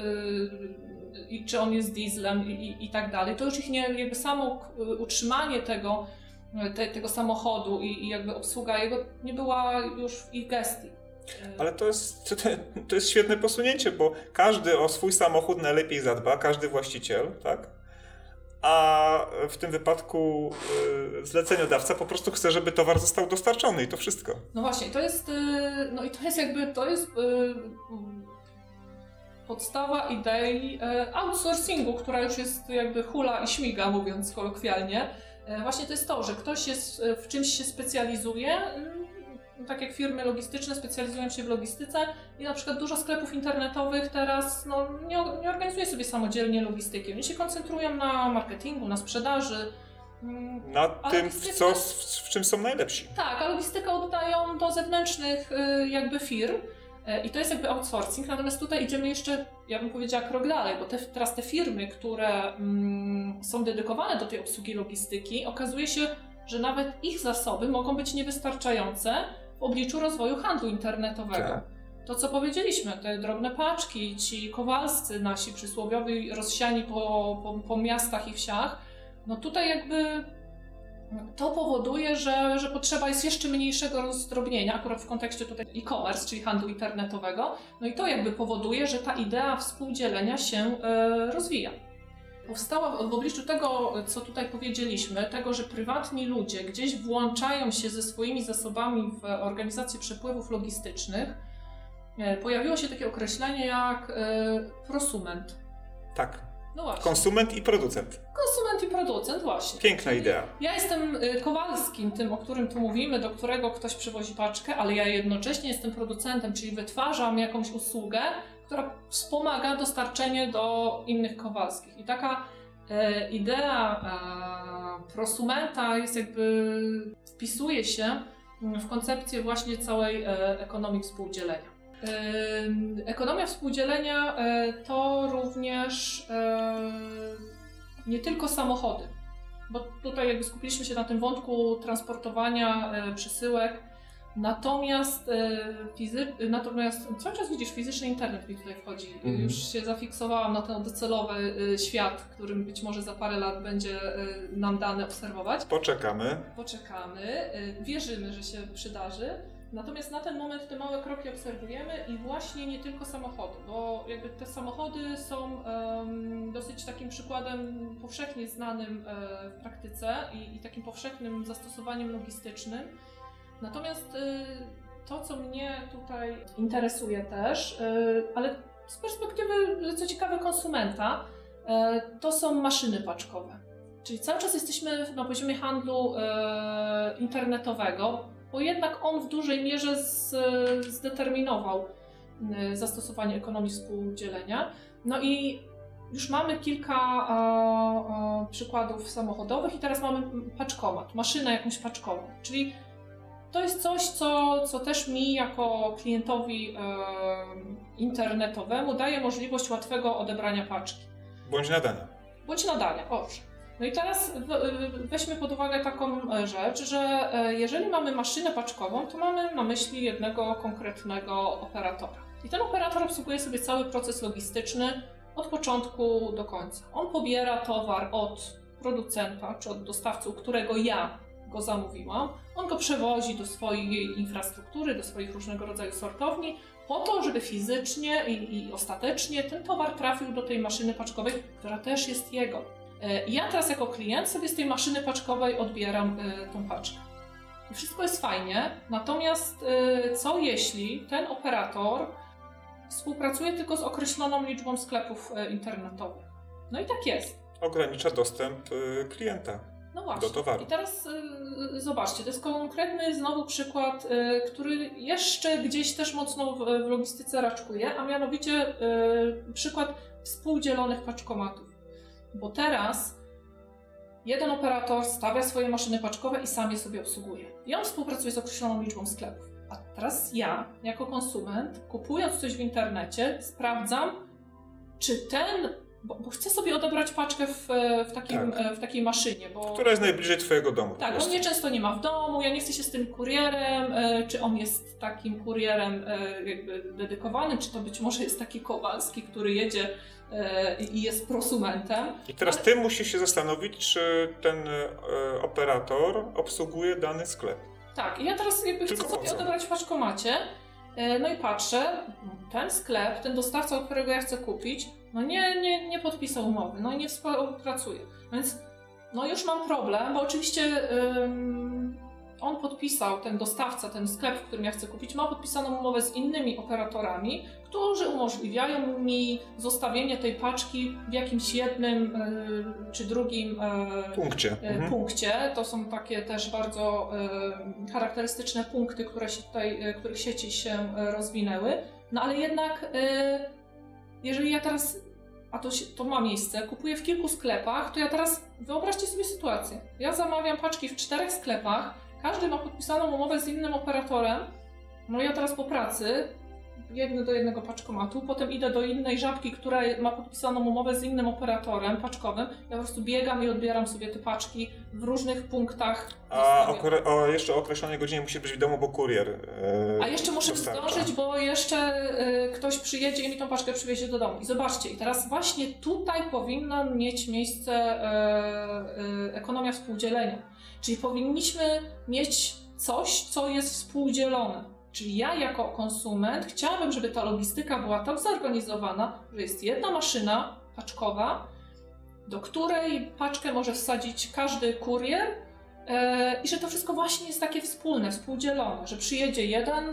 e, czy on jest dieslem i, i, i tak dalej. To już ich nie, jakby samo utrzymanie tego, Te, tego samochodu i, i jakby obsługa jego nie była już w ich gestii. Ale to jest, to, to jest świetne posunięcie, bo każdy o swój samochód najlepiej zadba, każdy właściciel, tak? A w tym wypadku y, zleceniodawca po prostu chce, żeby towar został dostarczony i to wszystko. No właśnie, to jest, y, no i to jest jakby, to jest y, podstawa idei y, outsourcingu, która już jest jakby hula i śmiga, mówiąc kolokwialnie. Właśnie to jest to, że ktoś jest, w czymś się specjalizuje, tak jak firmy logistyczne specjalizują się w logistyce i na przykład dużo sklepów internetowych teraz no, nie, nie organizuje sobie samodzielnie logistyki. Oni się koncentrują na marketingu, na sprzedaży. Na tym, w, co, w, w czym są najlepsi. Tak, a logistykę oddają do zewnętrznych jakby firm. I to jest jakby outsourcing, natomiast tutaj idziemy jeszcze, ja bym powiedziała, krok dalej, bo te, teraz te firmy, które mm, są dedykowane do tej obsługi logistyki, okazuje się, że nawet ich zasoby mogą być niewystarczające w obliczu rozwoju handlu internetowego. Tak. To, co powiedzieliśmy, te drobne paczki, ci kowalscy nasi przysłowiowi rozsiani po, po, po miastach i wsiach, no tutaj jakby to powoduje, że, że potrzeba jest jeszcze mniejszego rozdrobnienia, akurat w kontekście tutaj e-commerce, czyli handlu internetowego. No i to jakby powoduje, że ta idea współdzielenia się e, rozwija. Powstała w obliczu tego, co tutaj powiedzieliśmy, tego, że prywatni ludzie gdzieś włączają się ze swoimi zasobami w organizację przepływów logistycznych, e, pojawiło się takie określenie jak e, prosument. Tak. No właśnie. Konsument i producent. Konsument i producent, właśnie. Piękna Czyli idea. Ja jestem Kowalskim, tym, o którym tu mówimy, do którego ktoś przywozi paczkę, ale ja jednocześnie jestem producentem, czyli wytwarzam jakąś usługę, która wspomaga dostarczenie do innych Kowalskich. I taka e, idea e, prosumenta jest jakby, wpisuje się w koncepcję właśnie całej e, ekonomii współdzielenia. Ekonomia współdzielenia to również nie tylko samochody, bo tutaj jakby skupiliśmy się na tym wątku transportowania przesyłek, natomiast, fizy- natomiast cały czas widzisz, fizyczny internet mi tutaj wchodzi. Mm. Już się zafiksowałam na ten docelowy świat, którym być może za parę lat będzie nam dane obserwować. Poczekamy. Poczekamy, wierzymy, że się przydarzy. Natomiast na ten moment te małe kroki obserwujemy i właśnie nie tylko samochody, bo jakby te samochody są um, dosyć takim przykładem powszechnie znanym e, w praktyce i, i takim powszechnym zastosowaniem logistycznym. Natomiast e, to, co mnie tutaj interesuje też, e, ale z perspektywy, co ciekawe, konsumenta, e, to są maszyny paczkowe. Czyli cały czas jesteśmy na poziomie handlu e, internetowego, bo jednak on w dużej mierze z, zdeterminował zastosowanie ekonomii współdzielenia. No i już mamy kilka a, a, przykładów samochodowych i teraz mamy paczkomat, maszynę jakąś paczkową. Czyli to jest coś, co, co też mi jako klientowi e, internetowemu daje możliwość łatwego odebrania paczki. Bądź nadania. Bądź nadania, owszem. No i teraz weźmy pod uwagę taką rzecz, że jeżeli mamy maszynę paczkową, to mamy na myśli jednego konkretnego operatora. I ten operator obsługuje sobie cały proces logistyczny od początku do końca. On pobiera towar od producenta czy od dostawcy, u którego ja go zamówiłam. On go przewozi do swojej infrastruktury, do swoich różnego rodzaju sortowni, po to, żeby fizycznie i, i ostatecznie ten towar trafił do tej maszyny paczkowej, która też jest jego. Ja teraz jako klient sobie z tej maszyny paczkowej odbieram y, tą paczkę. I wszystko jest fajnie, natomiast y, co jeśli ten operator współpracuje tylko z określoną liczbą sklepów y, internetowych? No i tak jest. Ogranicza dostęp y, klienta no właśnie. do towaru. I teraz y, zobaczcie, to jest konkretny znowu przykład, y, który jeszcze gdzieś też mocno w, w logistyce raczkuje, a mianowicie y, przykład współdzielonych paczkomatów. Bo teraz jeden operator stawia swoje maszyny paczkowe i sam je sobie obsługuje. I on współpracuje z określoną liczbą sklepów. A teraz ja, jako konsument, kupując coś w internecie, sprawdzam, czy ten, bo, bo chcę sobie odebrać paczkę w, w, takim, tak. w takiej maszynie. Bo, która jest najbliżej twojego domu. Tak, on mnie często nie ma w domu, ja nie chcę się z tym kurierem, czy on jest takim kurierem jakby dedykowanym, czy to być może jest taki Kowalski, który jedzie i jest prosumentem. I teraz ty musisz się zastanowić, czy ten e, operator obsługuje dany sklep. Tak, i ja teraz jakby chcę sobie odebrać w paczkomacie, e, no i patrzę, ten sklep, ten dostawca, od którego ja chcę kupić, no nie, nie, nie podpisał umowy, no i nie współpracuje. Więc no już mam problem, bo oczywiście ym, on podpisał, ten dostawca, ten sklep, w którym ja chcę kupić, ma podpisaną umowę z innymi operatorami, którzy umożliwiają mi zostawienie tej paczki w jakimś jednym y, czy drugim y, punkcie. Y, mhm. punkcie. To są takie też bardzo y, charakterystyczne punkty, które się tutaj, y, których sieci się rozwinęły. No ale jednak, y, jeżeli ja teraz, a to, się, to ma miejsce, kupuję w kilku sklepach, to ja teraz, wyobraźcie sobie sytuację. Ja zamawiam paczki w czterech sklepach, każdy ma podpisaną umowę z innym operatorem, no ja teraz po pracy biegnę do jednego paczkomatu, potem idę do innej żabki, która ma podpisaną umowę z innym operatorem paczkowym. Ja po prostu biegam i odbieram sobie te paczki w różnych punktach. A okre- o jeszcze o określonej godzinie musi być w domu, bo kurier yy, A jeszcze muszę dostarcza. zdążyć, bo jeszcze yy, ktoś przyjedzie i mi tą paczkę przywiezie do domu. I zobaczcie, i teraz właśnie tutaj powinna mieć miejsce yy, yy, ekonomia współdzielenia. Czyli powinniśmy mieć coś, co jest współdzielone. Czyli ja jako konsument chciałabym, żeby ta logistyka była tak zorganizowana, że jest jedna maszyna paczkowa, do której paczkę może wsadzić każdy kurier yy, i że to wszystko właśnie jest takie wspólne, współdzielone, że przyjedzie jeden,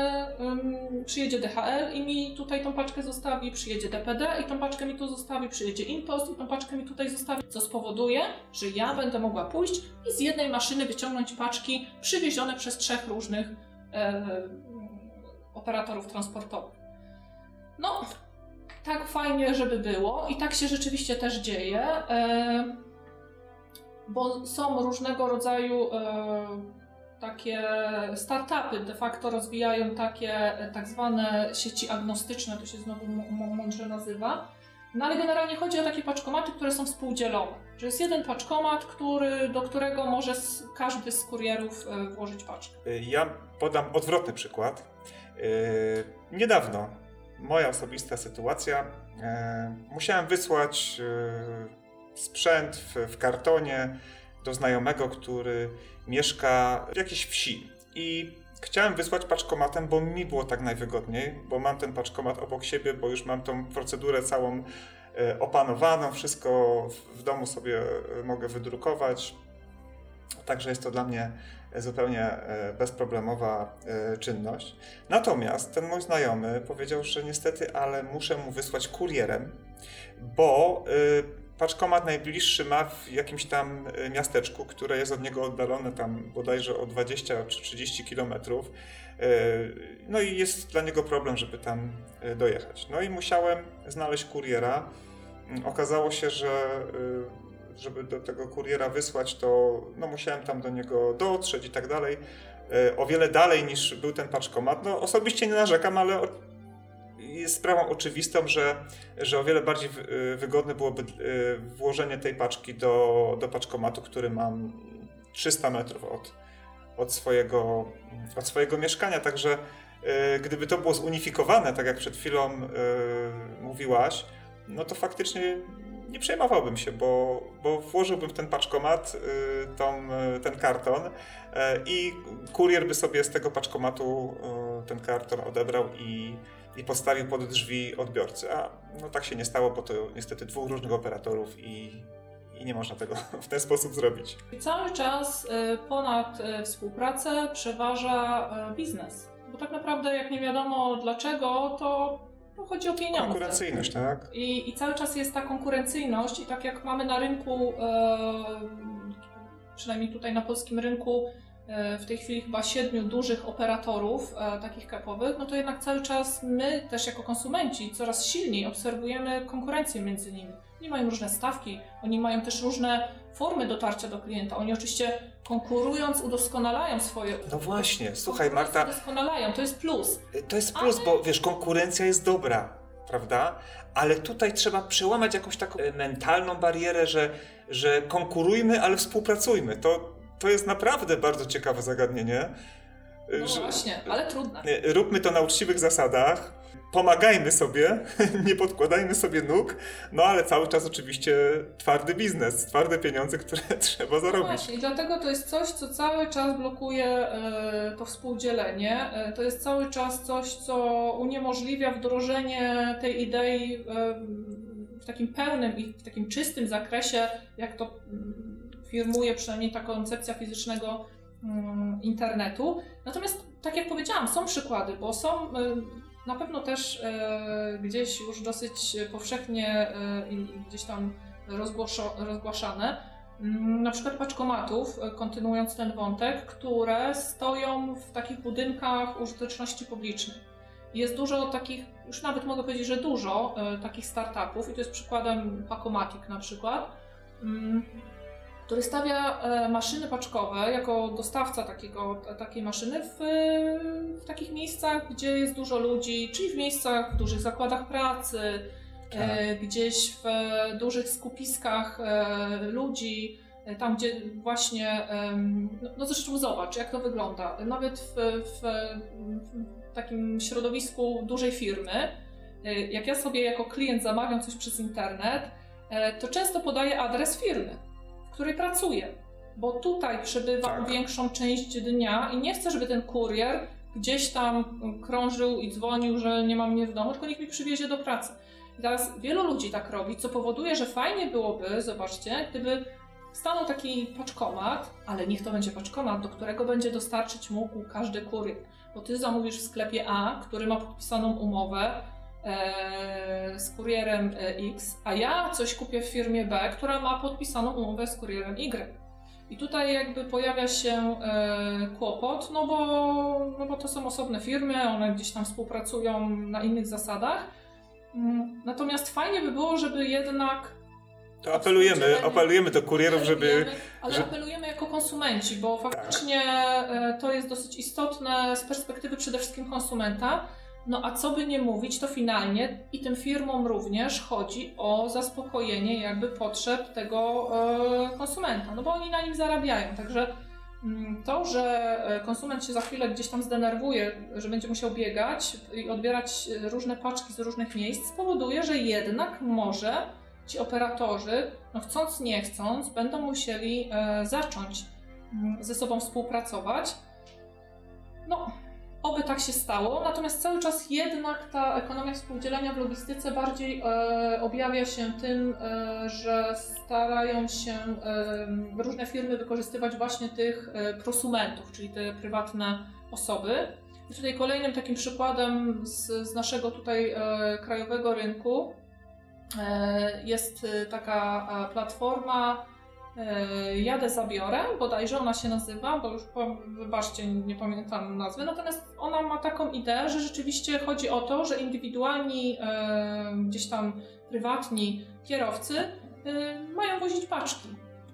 yy, yy, przyjedzie D H L i mi tutaj tą paczkę zostawi, przyjedzie D P D i tą paczkę mi tu zostawi, przyjedzie Impost i tą paczkę mi tutaj zostawi, co spowoduje, że ja będę mogła pójść i z jednej maszyny wyciągnąć paczki przywiezione przez trzech różnych operatorów transportowych. No, tak fajnie, żeby było i tak się rzeczywiście też dzieje, bo są różnego rodzaju takie startupy de facto rozwijają takie tak zwane sieci agnostyczne, to się znowu mądrze nazywa. No ale generalnie chodzi o takie paczkomaty, które są współdzielone. Że jest jeden paczkomat, który, do którego może każdy z kurierów włożyć paczkę. Ja podam odwrotny przykład. Yy, niedawno moja osobista sytuacja. Yy, musiałem wysłać yy, sprzęt w, w kartonie do znajomego, który mieszka w jakiejś wsi. I chciałem wysłać paczkomatem, bo mi było tak najwygodniej, bo mam ten paczkomat obok siebie, bo już mam tą procedurę całą e, opanowaną, wszystko w, w domu sobie mogę wydrukować. Także jest to dla mnie zupełnie e, bezproblemowa e, czynność. Natomiast ten mój znajomy powiedział, że niestety, ale muszę mu wysłać kurierem, bo e, paczkomat najbliższy ma w jakimś tam miasteczku, które jest od niego oddalone tam bodajże o dwadzieścia czy trzydzieści kilometrów. No i jest dla niego problem, żeby tam dojechać. No i musiałem znaleźć kuriera. Okazało się, że żeby do tego kuriera wysłać, to no musiałem tam do niego dotrzeć i tak dalej. O wiele dalej niż był ten paczkomat. No osobiście nie narzekam, ale jest sprawą oczywistą, że, że o wiele bardziej wygodne byłoby włożenie tej paczki do, do paczkomatu, który mam trzysta metrów od, od, swojego, od swojego mieszkania. Także gdyby to było zunifikowane, tak jak przed chwilą mówiłaś, no to faktycznie nie przejmowałbym się, bo, bo włożyłbym w ten paczkomat tą, ten karton i kurier by sobie z tego paczkomatu ten karton odebrał i i postawił pod drzwi odbiorcy. A no tak się nie stało, bo to niestety dwóch różnych operatorów i, i nie można tego w ten sposób zrobić. Cały czas ponad współpracę przeważa biznes. Bo tak naprawdę jak nie wiadomo dlaczego, to no, chodzi o pieniądze. Konkurencyjność, tak? I, I cały czas jest ta konkurencyjność i tak jak mamy na rynku, e, przynajmniej tutaj na polskim rynku, w tej chwili chyba siedmiu dużych operatorów e, takich kapowych, no to jednak cały czas my też jako konsumenci coraz silniej obserwujemy konkurencję między nimi. Oni mają różne stawki, oni mają też różne formy dotarcia do klienta. Oni oczywiście konkurując udoskonalają swoje... No właśnie, słuchaj Marta... Udoskonalają, to jest plus. To jest plus, ale... bo wiesz, konkurencja jest dobra, prawda? Ale tutaj trzeba przełamać jakąś taką mentalną barierę, że, że konkurujmy, ale współpracujmy. To To jest naprawdę bardzo ciekawe zagadnienie. No że, właśnie, ale trudne. Róbmy to na uczciwych zasadach, pomagajmy sobie, nie podkładajmy sobie nóg, no ale cały czas oczywiście twardy biznes, twarde pieniądze, które trzeba zarobić. No właśnie, i dlatego to jest coś, co cały czas blokuje e, to współdzielenie. E, to jest cały czas coś, co uniemożliwia wdrożenie tej idei e, w takim pełnym i w takim czystym zakresie, jak to firmuje przynajmniej ta koncepcja fizycznego um, internetu. Natomiast, tak jak powiedziałam, są przykłady, bo są y, na pewno też y, gdzieś już dosyć powszechnie i y, gdzieś tam rozgłaszane, y, na przykład paczkomatów, y, kontynuując ten wątek, które stoją w takich budynkach użyteczności publicznej. Jest dużo takich, już nawet mogę powiedzieć, że dużo y, takich startupów i to jest przykładem Pacomatic na przykład, y, który stawia maszyny paczkowe jako dostawca takiego, takiej maszyny w, w takich miejscach, gdzie jest dużo ludzi, czyli w miejscach, w dużych zakładach pracy, tak. e, gdzieś w dużych skupiskach e, ludzi, e, tam gdzie właśnie, e, no, no zresztą zobacz jak to wygląda, nawet w, w, w takim środowisku dużej firmy, e, jak ja sobie jako klient zamawiam coś przez internet, e, to często podaję adres firmy, w której pracuję, bo tutaj przebywam tak. większą część dnia i nie chcę, żeby ten kurier gdzieś tam krążył i dzwonił, że nie mam mnie w domu, tylko niech mi przywiezie do pracy. I teraz wielu ludzi tak robi, co powoduje, że fajnie byłoby, zobaczcie, gdyby stanął taki paczkomat, ale niech to będzie paczkomat, do którego będzie dostarczyć mógł każdy kurier, bo ty zamówisz w sklepie A, który ma podpisaną umowę z kurierem X, a ja coś kupię w firmie B, która ma podpisaną umowę z kurierem Y. I tutaj jakby pojawia się kłopot, no bo, no bo to są osobne firmy, one gdzieś tam współpracują na innych zasadach. Natomiast fajnie by było, żeby jednak To apelujemy, apelujemy do kurierów, żeby... Ale że... apelujemy jako konsumenci, bo faktycznie tak. To jest dosyć istotne z perspektywy przede wszystkim konsumenta. No a co by nie mówić, to finalnie i tym firmom również chodzi o zaspokojenie jakby potrzeb tego e, konsumenta, no bo oni na nim zarabiają, także m, to, że konsument się za chwilę gdzieś tam zdenerwuje, że będzie musiał biegać i odbierać różne paczki z różnych miejsc, spowoduje, że jednak może ci operatorzy, no chcąc nie chcąc, będą musieli e, zacząć m, ze sobą współpracować. No, oby tak się stało, natomiast cały czas jednak ta ekonomia współdzielenia w logistyce bardziej e, objawia się tym, e, że starają się e, różne firmy wykorzystywać właśnie tych e, prosumentów, czyli te prywatne osoby. I tutaj kolejnym takim przykładem z, z naszego tutaj e, krajowego rynku e, jest taka e, platforma Jadę Zabiorę, bodajże ona się nazywa, bo już wybaczcie, nie pamiętam nazwy, natomiast ona ma taką ideę, że rzeczywiście chodzi o to, że indywidualni, e, gdzieś tam prywatni kierowcy e, mają wozić paczki,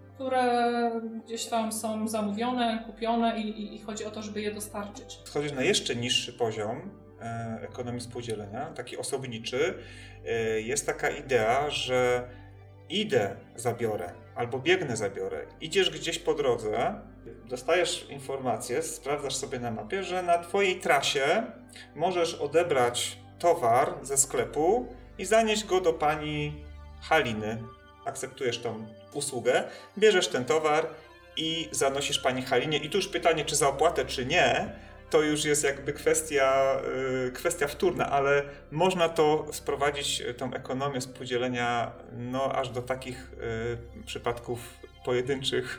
które gdzieś tam są zamówione, kupione i, i, i chodzi o to, żeby je dostarczyć. Wchodzisz na jeszcze niższy poziom e, ekonomii współdzielenia, taki osobniczy. E, jest taka idea, że idę, zabiorę, albo biegnę, zabiorę. Idziesz gdzieś po drodze, dostajesz informację, sprawdzasz sobie na mapie, że na twojej trasie możesz odebrać towar ze sklepu i zanieść go do pani Haliny. Akceptujesz tą usługę, bierzesz ten towar i zanosisz pani Halinie. I tu już pytanie, czy za opłatę, czy nie, to już jest jakby kwestia, yy, kwestia wtórna, ale można to sprowadzić, tą ekonomię współdzielenia, no aż do takich yy, przypadków pojedynczych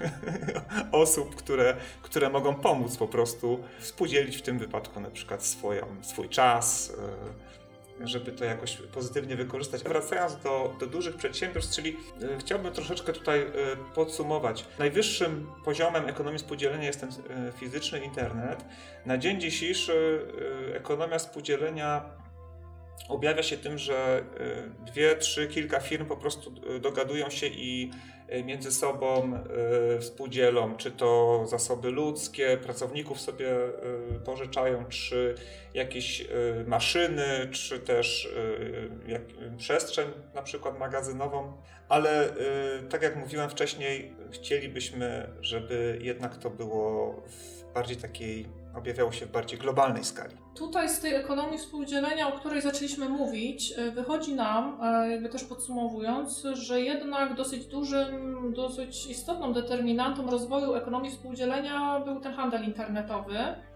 osób, które, które mogą pomóc po prostu współdzielić w tym wypadku na przykład swoją, swój czas, yy, żeby to jakoś pozytywnie wykorzystać. Wracając do, do dużych przedsiębiorstw, czyli yy, chciałbym troszeczkę tutaj yy, podsumować. Najwyższym poziomem ekonomii współdzielenia jest ten yy, fizyczny internet. Na dzień dzisiejszy yy, ekonomia współdzielenia objawia się tym, że yy, dwie, trzy, kilka firm po prostu yy, dogadują się i yy, między sobą yy, współdzielą, czy to zasoby ludzkie, pracowników sobie yy, pożyczają, czy jakieś yy, maszyny, czy też yy, jak, yy, przestrzeń na przykład magazynową, ale yy, tak jak mówiłem wcześniej, chcielibyśmy, żeby jednak to było w bardziej takiej, objawiało się w bardziej globalnej skali. Tutaj z tej ekonomii współdzielenia, o której zaczęliśmy mówić, wychodzi nam, jakby też podsumowując, że jednak dosyć dużym, dosyć istotną determinantą rozwoju ekonomii współdzielenia był ten handel internetowy,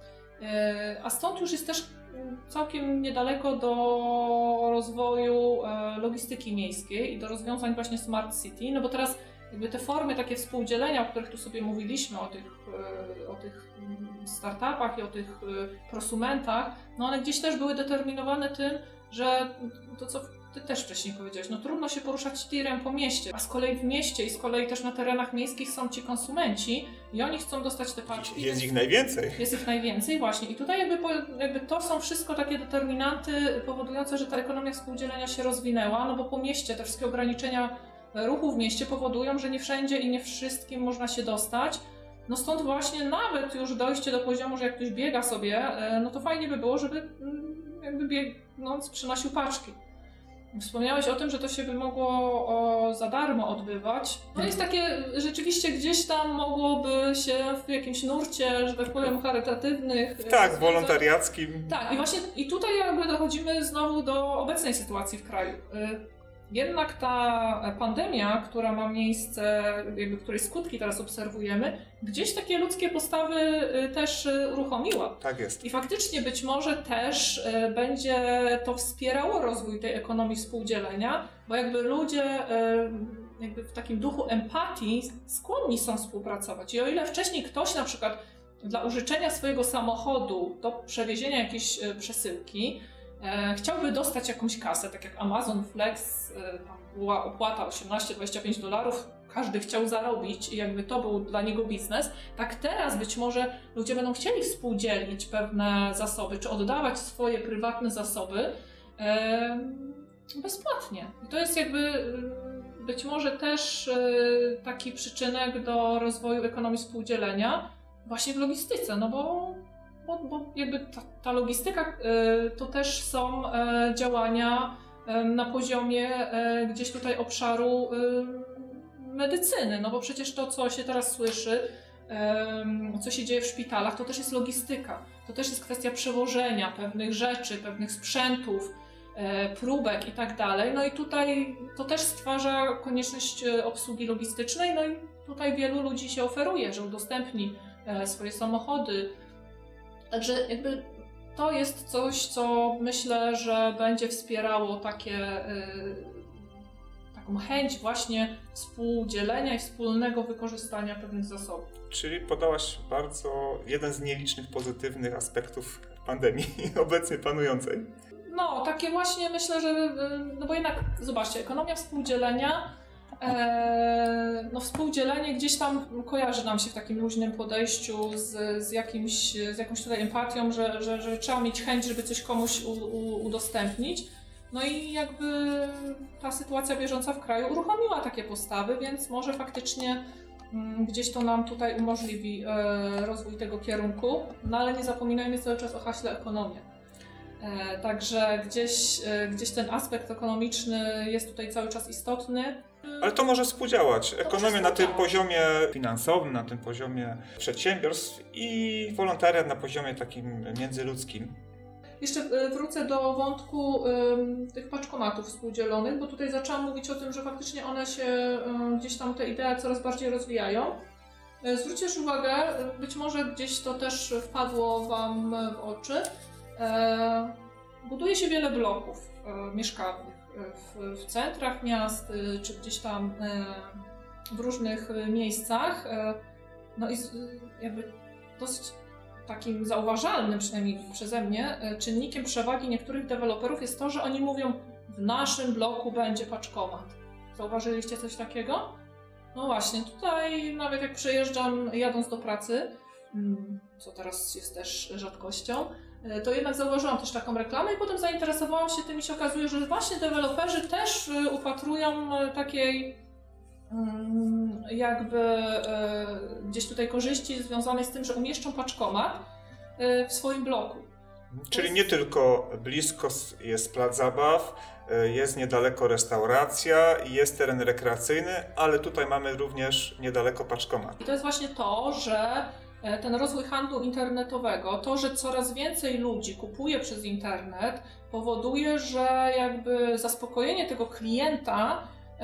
a stąd już jest też całkiem niedaleko do rozwoju logistyki miejskiej i do rozwiązań właśnie Smart City, no bo teraz jakby te formy takie współdzielenia, o których tu sobie mówiliśmy, o tych, o tych startupach i o tych prosumentach, no one gdzieś też były determinowane tym, że to co ty też wcześniej powiedziałeś, no trudno się poruszać tirem po mieście, a z kolei w mieście i z kolei też na terenach miejskich są ci konsumenci i oni chcą dostać te paczki. Jest ich najwięcej. Jest ich najwięcej, właśnie. I tutaj jakby, jakby to są wszystko takie determinanty powodujące, że ta ekonomia współdzielenia się rozwinęła, no bo po mieście te wszystkie ograniczenia ruchu w mieście powodują, że nie wszędzie i nie wszystkim można się dostać. No stąd właśnie nawet już dojście do poziomu, że jak ktoś biega sobie, no to fajnie by było, żeby jakby biegnąc przynosił paczki. Wspomniałeś o tym, że to się by mogło o, za darmo odbywać. No jest takie, rzeczywiście gdzieś tam mogłoby się w jakimś nurcie, że tak powiem, charytatywnych... Tak, wolontariackim. Tak, i właśnie i tutaj jakby dochodzimy znowu do obecnej sytuacji w kraju. Jednak ta pandemia, która ma miejsce, jakby której skutki teraz obserwujemy, gdzieś takie ludzkie postawy też uruchomiła. Tak jest. I faktycznie być może też będzie to wspierało rozwój tej ekonomii współdzielenia, bo jakby ludzie jakby w takim duchu empatii skłonni są współpracować. I o ile wcześniej ktoś na przykład dla użyczenia swojego samochodu do przewiezienia jakiejś przesyłki chciałby dostać jakąś kasę, tak jak Amazon Flex, tam była opłata osiemnaście dwadzieścia pięć dolarów, każdy chciał zarobić i jakby to był dla niego biznes, tak teraz być może ludzie będą chcieli współdzielić pewne zasoby, czy oddawać swoje prywatne zasoby e, bezpłatnie. I to jest jakby być może też taki przyczynek do rozwoju ekonomii współdzielenia właśnie w logistyce, no bo, bo, bo jakby ta, ta logistyka to też są działania na poziomie gdzieś tutaj obszaru medycyny, no bo przecież to, co się teraz słyszy, co się dzieje w szpitalach, to też jest logistyka, to też jest kwestia przewożenia pewnych rzeczy, pewnych sprzętów, próbek i tak dalej. No i tutaj to też stwarza konieczność obsługi logistycznej, no i tutaj wielu ludzi się oferuje, że udostępni swoje samochody. Także jakby to jest coś, co myślę, że będzie wspierało takie, taką chęć właśnie współdzielenia i wspólnego wykorzystania pewnych zasobów. Czyli podałaś bardzo jeden z nielicznych pozytywnych aspektów pandemii obecnie panującej. No, takie właśnie myślę, że, no bo jednak, zobaczcie, ekonomia współdzielenia, e, no współdzielenie gdzieś tam kojarzy nam się w takim luźnym podejściu z, z, jakimś, z jakąś tutaj empatią, że, że, że trzeba mieć chęć, żeby coś komuś u, u, udostępnić. No i jakby ta sytuacja bieżąca w kraju uruchomiła takie postawy, więc może faktycznie mm, gdzieś to nam tutaj umożliwi e, rozwój tego kierunku, no ale nie zapominajmy cały czas o haśle ekonomia. E, także gdzieś, e, gdzieś ten aspekt ekonomiczny jest tutaj cały czas istotny. Ale to może współdziałać. Ekonomia na tym współdziałać. poziomie finansowym, na tym poziomie przedsiębiorstw i wolontariat na poziomie takim międzyludzkim. Jeszcze e, wrócę do wątku e, tych paczkomatów współdzielonych, bo tutaj zaczęłam mówić o tym, że faktycznie one się e, gdzieś tam te idee coraz bardziej rozwijają. E, zwróćcie też uwagę, e, być może gdzieś to też wpadło Wam w oczy. E, buduje się wiele bloków e, mieszkalnych w, w centrach miast, e, czy gdzieś tam e, w różnych miejscach. E, no i z, jakby dosyć takim zauważalnym, przynajmniej przeze mnie, e, czynnikiem przewagi niektórych deweloperów jest to, że oni mówią, w naszym bloku będzie paczkomat. Zauważyliście coś takiego? No właśnie, tutaj nawet jak przejeżdżam jadąc do pracy, co teraz jest też rzadkością, to jednak zauważyłam też taką reklamę i potem zainteresowałam się tym i się okazuje, że właśnie deweloperzy też upatrują takiej jakby gdzieś tutaj korzyści związanej z tym, że umieszczą paczkomat w swoim bloku. Czyli nie tylko blisko jest plac zabaw, jest niedaleko restauracja, jest teren rekreacyjny, ale tutaj mamy również niedaleko paczkomat. I to jest właśnie to, że ten rozwój handlu internetowego, to, że coraz więcej ludzi kupuje przez internet, powoduje, że jakby zaspokojenie tego klienta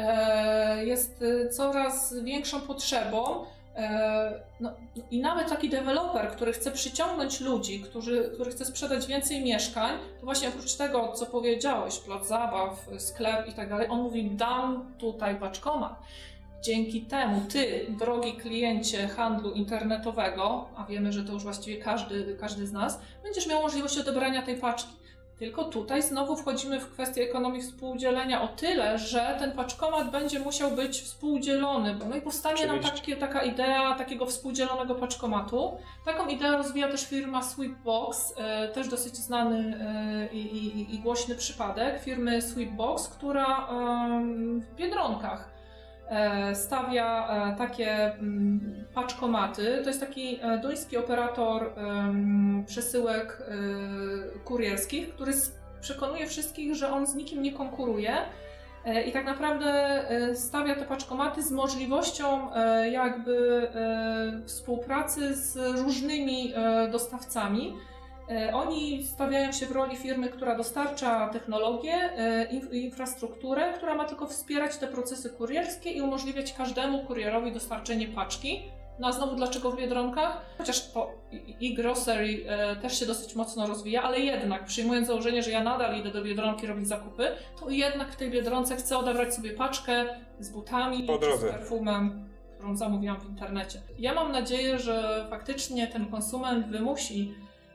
jest coraz większą potrzebą. No, i nawet taki deweloper, który chce przyciągnąć ludzi, którzy, który chce sprzedać więcej mieszkań, to właśnie oprócz tego, co powiedziałeś, plac zabaw, sklep i tak dalej, on mówi, dam tutaj paczkomat. Dzięki temu ty, drogi kliencie handlu internetowego, a wiemy, że to już właściwie każdy, każdy z nas, będziesz miał możliwość odebrania tej paczki. Tylko tutaj znowu wchodzimy w kwestię ekonomii współdzielenia o tyle, że ten paczkomat będzie musiał być współdzielony. No i powstanie nam takie, taka idea takiego współdzielonego paczkomatu. Taką ideę rozwija też firma Sweepbox, e, też dosyć znany e, i, i, i głośny przypadek firmy Sweepbox, która e, w Biedronkach stawia takie paczkomaty. To jest taki duński operator przesyłek kurierskich, który przekonuje wszystkich, że on z nikim nie konkuruje i tak naprawdę stawia te paczkomaty z możliwością jakby współpracy z różnymi dostawcami. Oni stawiają się w roli firmy, która dostarcza technologię, infrastrukturę, która ma tylko wspierać te procesy kurierskie i umożliwiać każdemu kurierowi dostarczenie paczki. No a znowu dlaczego w Biedronkach? Chociaż to e-grocery też się dosyć mocno rozwija, ale jednak przyjmując założenie, że ja nadal idę do Biedronki robić zakupy, to jednak w tej Biedronce chcę odebrać sobie paczkę z butami czy z perfumem, którą zamówiłam w internecie. Ja mam nadzieję, że faktycznie ten konsument wymusi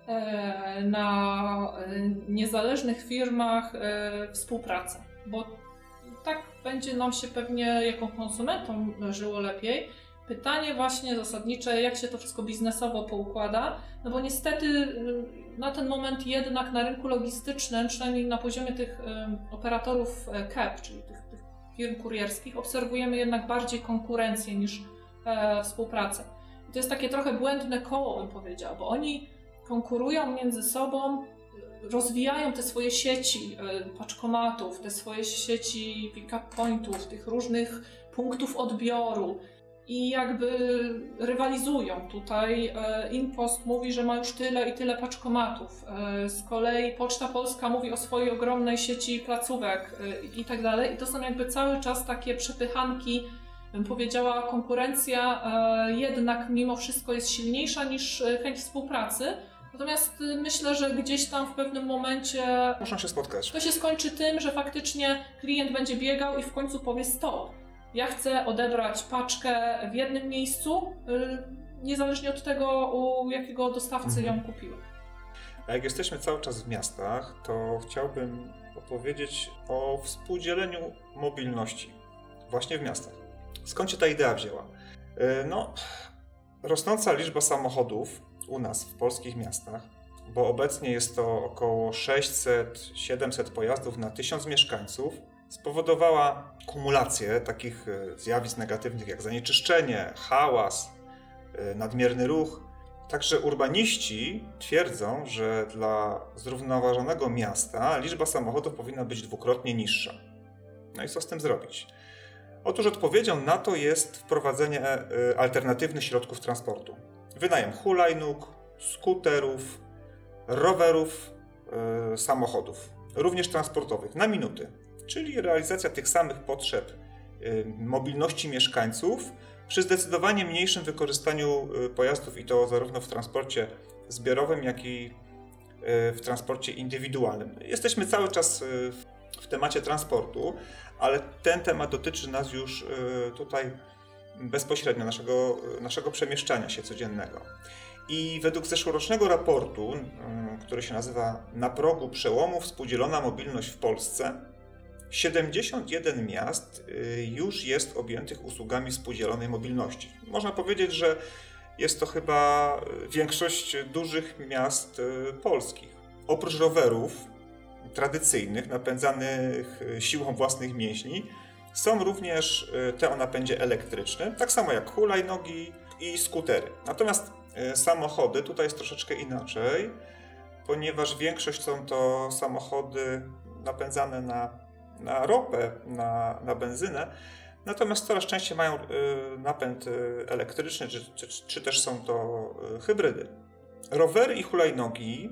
na niezależnych firmach współpracę, bo tak będzie nam się pewnie jako konsumentom żyło lepiej. Pytanie właśnie zasadnicze, jak się to wszystko biznesowo poukłada, no bo niestety na ten moment jednak na rynku logistycznym, przynajmniej na poziomie tych operatorów C A P, czyli tych, tych firm kurierskich obserwujemy jednak bardziej konkurencję niż e, współpracę. I to jest takie trochę błędne koło, bym powiedziała, bo oni konkurują między sobą, rozwijają te swoje sieci e, paczkomatów, te swoje sieci pick-up pointów, tych różnych punktów odbioru i jakby rywalizują. Tutaj e, InPost mówi, że ma już tyle i tyle paczkomatów. E, z kolei Poczta Polska mówi o swojej ogromnej sieci placówek e, i tak dalej. I to są jakby cały czas takie przepychanki, bym powiedziała, konkurencja e, jednak mimo wszystko jest silniejsza niż chęć współpracy. Natomiast myślę, że gdzieś tam w pewnym momencie muszą się spotkać. To się skończy tym, że faktycznie klient będzie biegał i w końcu powie stop. Ja chcę odebrać paczkę w jednym miejscu, niezależnie od tego, u jakiego dostawcy ją kupiłem. A jak jesteśmy cały czas w miastach, to chciałbym opowiedzieć o współdzieleniu mobilności właśnie w miastach. Skąd się ta idea wzięła? No, rosnąca liczba samochodów u nas w polskich miastach, bo obecnie jest to około sześćset do siedemset pojazdów na tysiąc mieszkańców, spowodowała kumulację takich zjawisk negatywnych jak zanieczyszczenie, hałas, nadmierny ruch. Także urbaniści twierdzą, że dla zrównoważonego miasta liczba samochodów powinna być dwukrotnie niższa. No i co z tym zrobić? Otóż odpowiedzią na to jest wprowadzenie alternatywnych środków transportu. Wynajem hulajnóg, skuterów, rowerów, yy, samochodów, również transportowych, na minuty. Czyli realizacja tych samych potrzeb yy, mobilności mieszkańców przy zdecydowanie mniejszym wykorzystaniu yy, pojazdów i to zarówno w transporcie zbiorowym, jak i yy, w transporcie indywidualnym. Jesteśmy cały czas yy, w temacie transportu, ale ten temat dotyczy nas już yy, tutaj bezpośrednio, naszego, naszego przemieszczania się codziennego. I według zeszłorocznego raportu, który się nazywa Na progu przełomu współdzielona mobilność w Polsce, siedemdziesiąt jeden miast już jest objętych usługami współdzielonej mobilności. Można powiedzieć, że jest to chyba większość dużych miast polskich. Oprócz rowerów tradycyjnych, napędzanych siłą własnych mięśni, są również te o napędzie elektrycznym, tak samo jak hulajnogi i skutery. Natomiast samochody tutaj jest troszeczkę inaczej, ponieważ większość są to samochody napędzane na, na ropę, na, na benzynę, natomiast coraz częściej mają napęd elektryczny, czy, czy, czy też są to hybrydy. Rowery i hulajnogi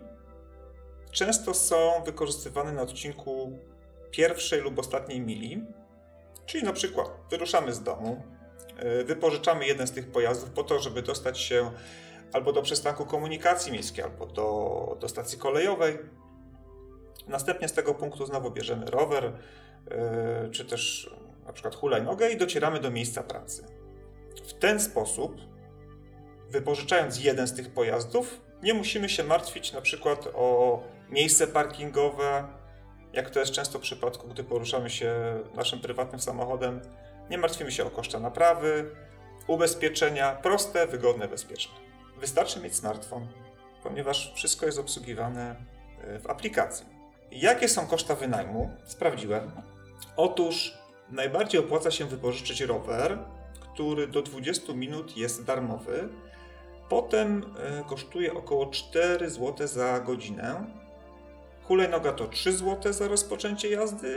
często są wykorzystywane na odcinku pierwszej lub ostatniej mili, czyli na przykład wyruszamy z domu, wypożyczamy jeden z tych pojazdów po to, żeby dostać się albo do przystanku komunikacji miejskiej, albo do, do stacji kolejowej. Następnie z tego punktu znowu bierzemy rower, yy, czy też na przykład hulajnogę i docieramy do miejsca pracy. W ten sposób, wypożyczając jeden z tych pojazdów, nie musimy się martwić na przykład o miejsce parkingowe, jak to jest często w przypadku, gdy poruszamy się naszym prywatnym samochodem. Nie martwimy się o koszta naprawy, ubezpieczenia, proste, wygodne, bezpieczne. Wystarczy mieć smartfon, ponieważ wszystko jest obsługiwane w aplikacji. Jakie są koszta wynajmu? Sprawdziłem. Otóż najbardziej opłaca się wypożyczyć rower, który do dwudziestu minut jest darmowy. Potem kosztuje około cztery złote za godzinę. Hulajnoga to trzy złote za rozpoczęcie jazdy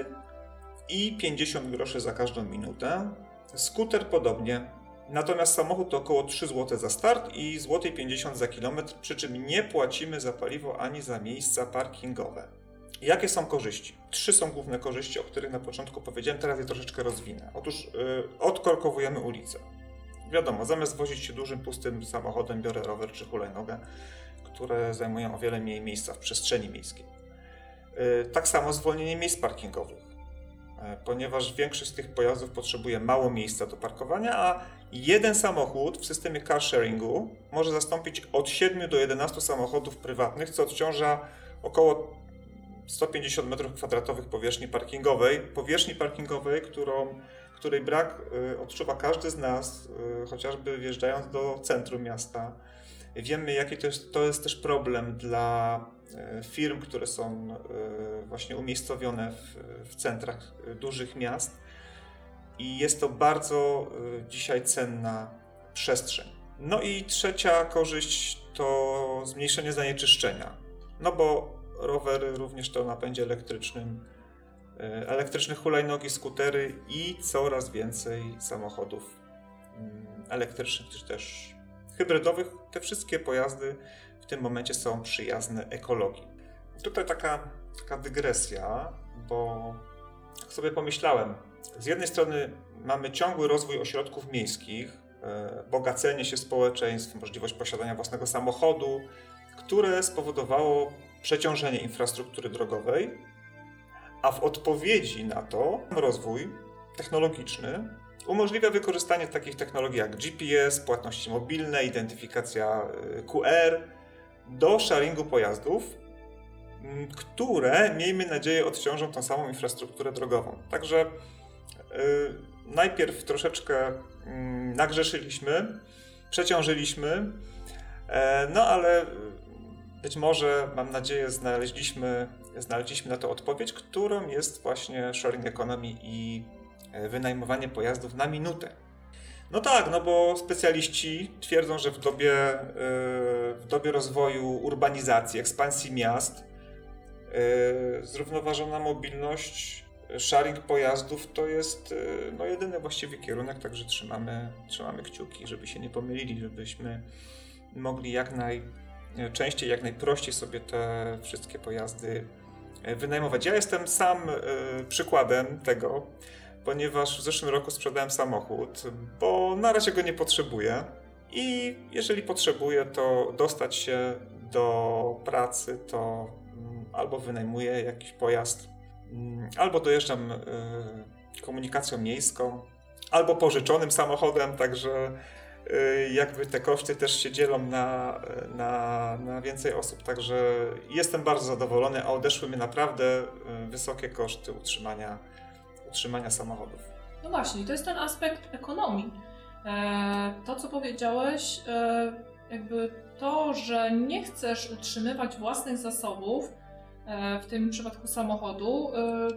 i pięćdziesiąt groszy za każdą minutę. Skuter podobnie. Natomiast samochód to około trzy złote za start i złoty pięćdziesiąt za kilometr, przy czym nie płacimy za paliwo ani za miejsca parkingowe. Jakie są korzyści? Trzy są główne korzyści, o których na początku powiedziałem, teraz je troszeczkę rozwinę. Otóż yy, odkorkowujemy ulicę. Wiadomo, zamiast wozić się dużym, pustym samochodem, biorę rower czy hulajnogę, które zajmują o wiele mniej miejsca w przestrzeni miejskiej. Yy, tak samo zwolnienie miejsc parkingowych, yy, ponieważ większość z tych pojazdów potrzebuje mało miejsca do parkowania, a jeden samochód w systemie car sharingu może zastąpić od siedmiu do jedenastu samochodów prywatnych, co odciąża około sto pięćdziesiąt metrów kwadratowych powierzchni parkingowej, powierzchni parkingowej, którą, której brak y, odczuwa każdy z nas, y, chociażby wjeżdżając do centrum miasta. Wiemy, jaki to jest, to jest też problem dla y, firm, które są y, właśnie umiejscowione w, w centrach y, dużych miast. i jest to bardzo dzisiaj cenna przestrzeń. No i trzecia korzyść to zmniejszenie zanieczyszczenia. No bo rowery również to napędzie elektrycznym, elektryczne hulajnogi, skutery i coraz więcej samochodów elektrycznych czy też hybrydowych. Te wszystkie pojazdy w tym momencie są przyjazne ekologii. Tutaj taka, taka dygresja, bo tak sobie pomyślałem, z jednej strony mamy ciągły rozwój ośrodków miejskich, bogacenie się społeczeństw, możliwość posiadania własnego samochodu, które spowodowało przeciążenie infrastruktury drogowej, a w odpowiedzi na to rozwój technologiczny umożliwia wykorzystanie takich technologii jak G P S, płatności mobilne, identyfikacja Q R do sharingu pojazdów, które, miejmy nadzieję, odciążą tą samą infrastrukturę drogową. Także yy, najpierw troszeczkę yy, nagrzeszyliśmy, przeciążyliśmy, yy, no ale być może, mam nadzieję, znaleźliśmy, znaleźliśmy na to odpowiedź, którą jest właśnie sharing economy i wynajmowanie pojazdów na minutę. No tak, no bo specjaliści twierdzą, że w dobie, w dobie rozwoju urbanizacji, ekspansji miast, zrównoważona mobilność, sharing pojazdów to jest no, jedyny właściwy kierunek, także trzymamy, trzymamy kciuki, żeby się nie pomylili, żebyśmy mogli jak najczęściej, jak najprościej sobie te wszystkie pojazdy wynajmować. Ja jestem sam przykładem tego, ponieważ w zeszłym roku sprzedałem samochód, bo na razie go nie potrzebuję i jeżeli potrzebuję, to dostać się do pracy, to albo wynajmuję jakiś pojazd, albo dojeżdżam komunikacją miejską, albo pożyczonym samochodem, także jakby te koszty też się dzielą na, na, na więcej osób, także jestem bardzo zadowolony, a odeszły mi naprawdę wysokie koszty utrzymania utrzymania samochodów. No właśnie, to jest ten aspekt ekonomii. To, co powiedziałeś, jakby to, że nie chcesz utrzymywać własnych zasobów, w tym przypadku samochodu.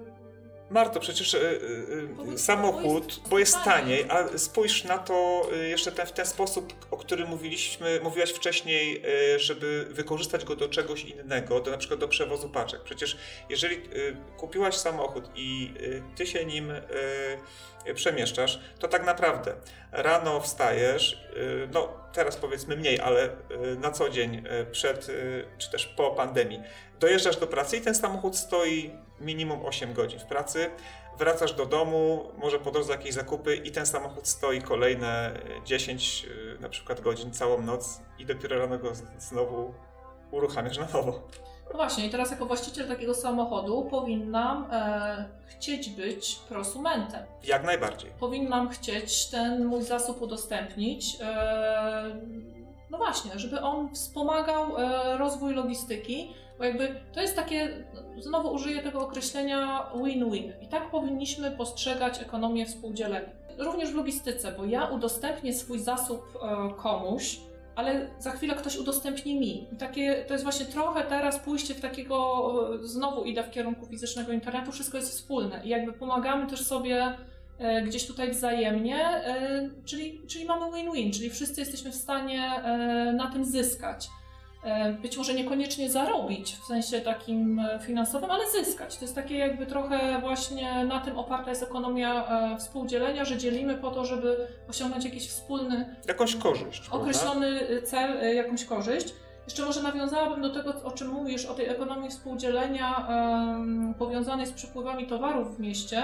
Marto, przecież yy, samochód, bo jest, bo jest taniej, a spójrz na to jeszcze ten, w ten sposób, o którym mówiliśmy, mówiłaś wcześniej, yy, żeby wykorzystać go do czegoś innego, do, na przykład do przewozu paczek. Przecież jeżeli yy, kupiłaś samochód i yy, ty się nim yy, przemieszczasz, to tak naprawdę rano wstajesz, yy, no teraz powiedzmy mniej, ale yy, na co dzień yy, przed yy, czy też po pandemii, dojeżdżasz do pracy i ten samochód stoi minimum osiem godzin w pracy, wracasz do domu, może po drodze jakieś zakupy i ten samochód stoi kolejne dziesięć na przykład godzin, całą noc i dopiero rano go znowu uruchamiasz na nowo. No właśnie, i teraz jako właściciel takiego samochodu powinnam e, chcieć być prosumentem. Jak najbardziej. Powinnam chcieć ten mój zasób udostępnić, e, no właśnie, żeby on wspomagał e, rozwój logistyki, bo jakby to jest takie, znowu użyję tego określenia win-win. I tak powinniśmy postrzegać ekonomię współdzielenia. Również w logistyce, bo ja udostępnię swój zasób e, komuś, ale za chwilę ktoś udostępni mi. I takie, to jest właśnie trochę teraz pójście w takiego, znowu idę w kierunku fizycznego internetu, wszystko jest wspólne i jakby pomagamy też sobie e, gdzieś tutaj wzajemnie, e, czyli, czyli mamy win-win, czyli wszyscy jesteśmy w stanie e, na tym zyskać. E, być może niekoniecznie zarobić w sensie takim finansowym, ale zyskać. To jest takie jakby trochę właśnie na tym oparta jest ekonomia e, współdzielenia, że dzielimy po to, żeby osiągnąć jakiś wspólny, jakąś korzyść, określony prawda? cel, e, jakąś korzyść. Jeszcze może nawiązałabym do tego, o czym mówisz, o tej ekonomii współdzielenia e, powiązanej z przepływami towarów w mieście.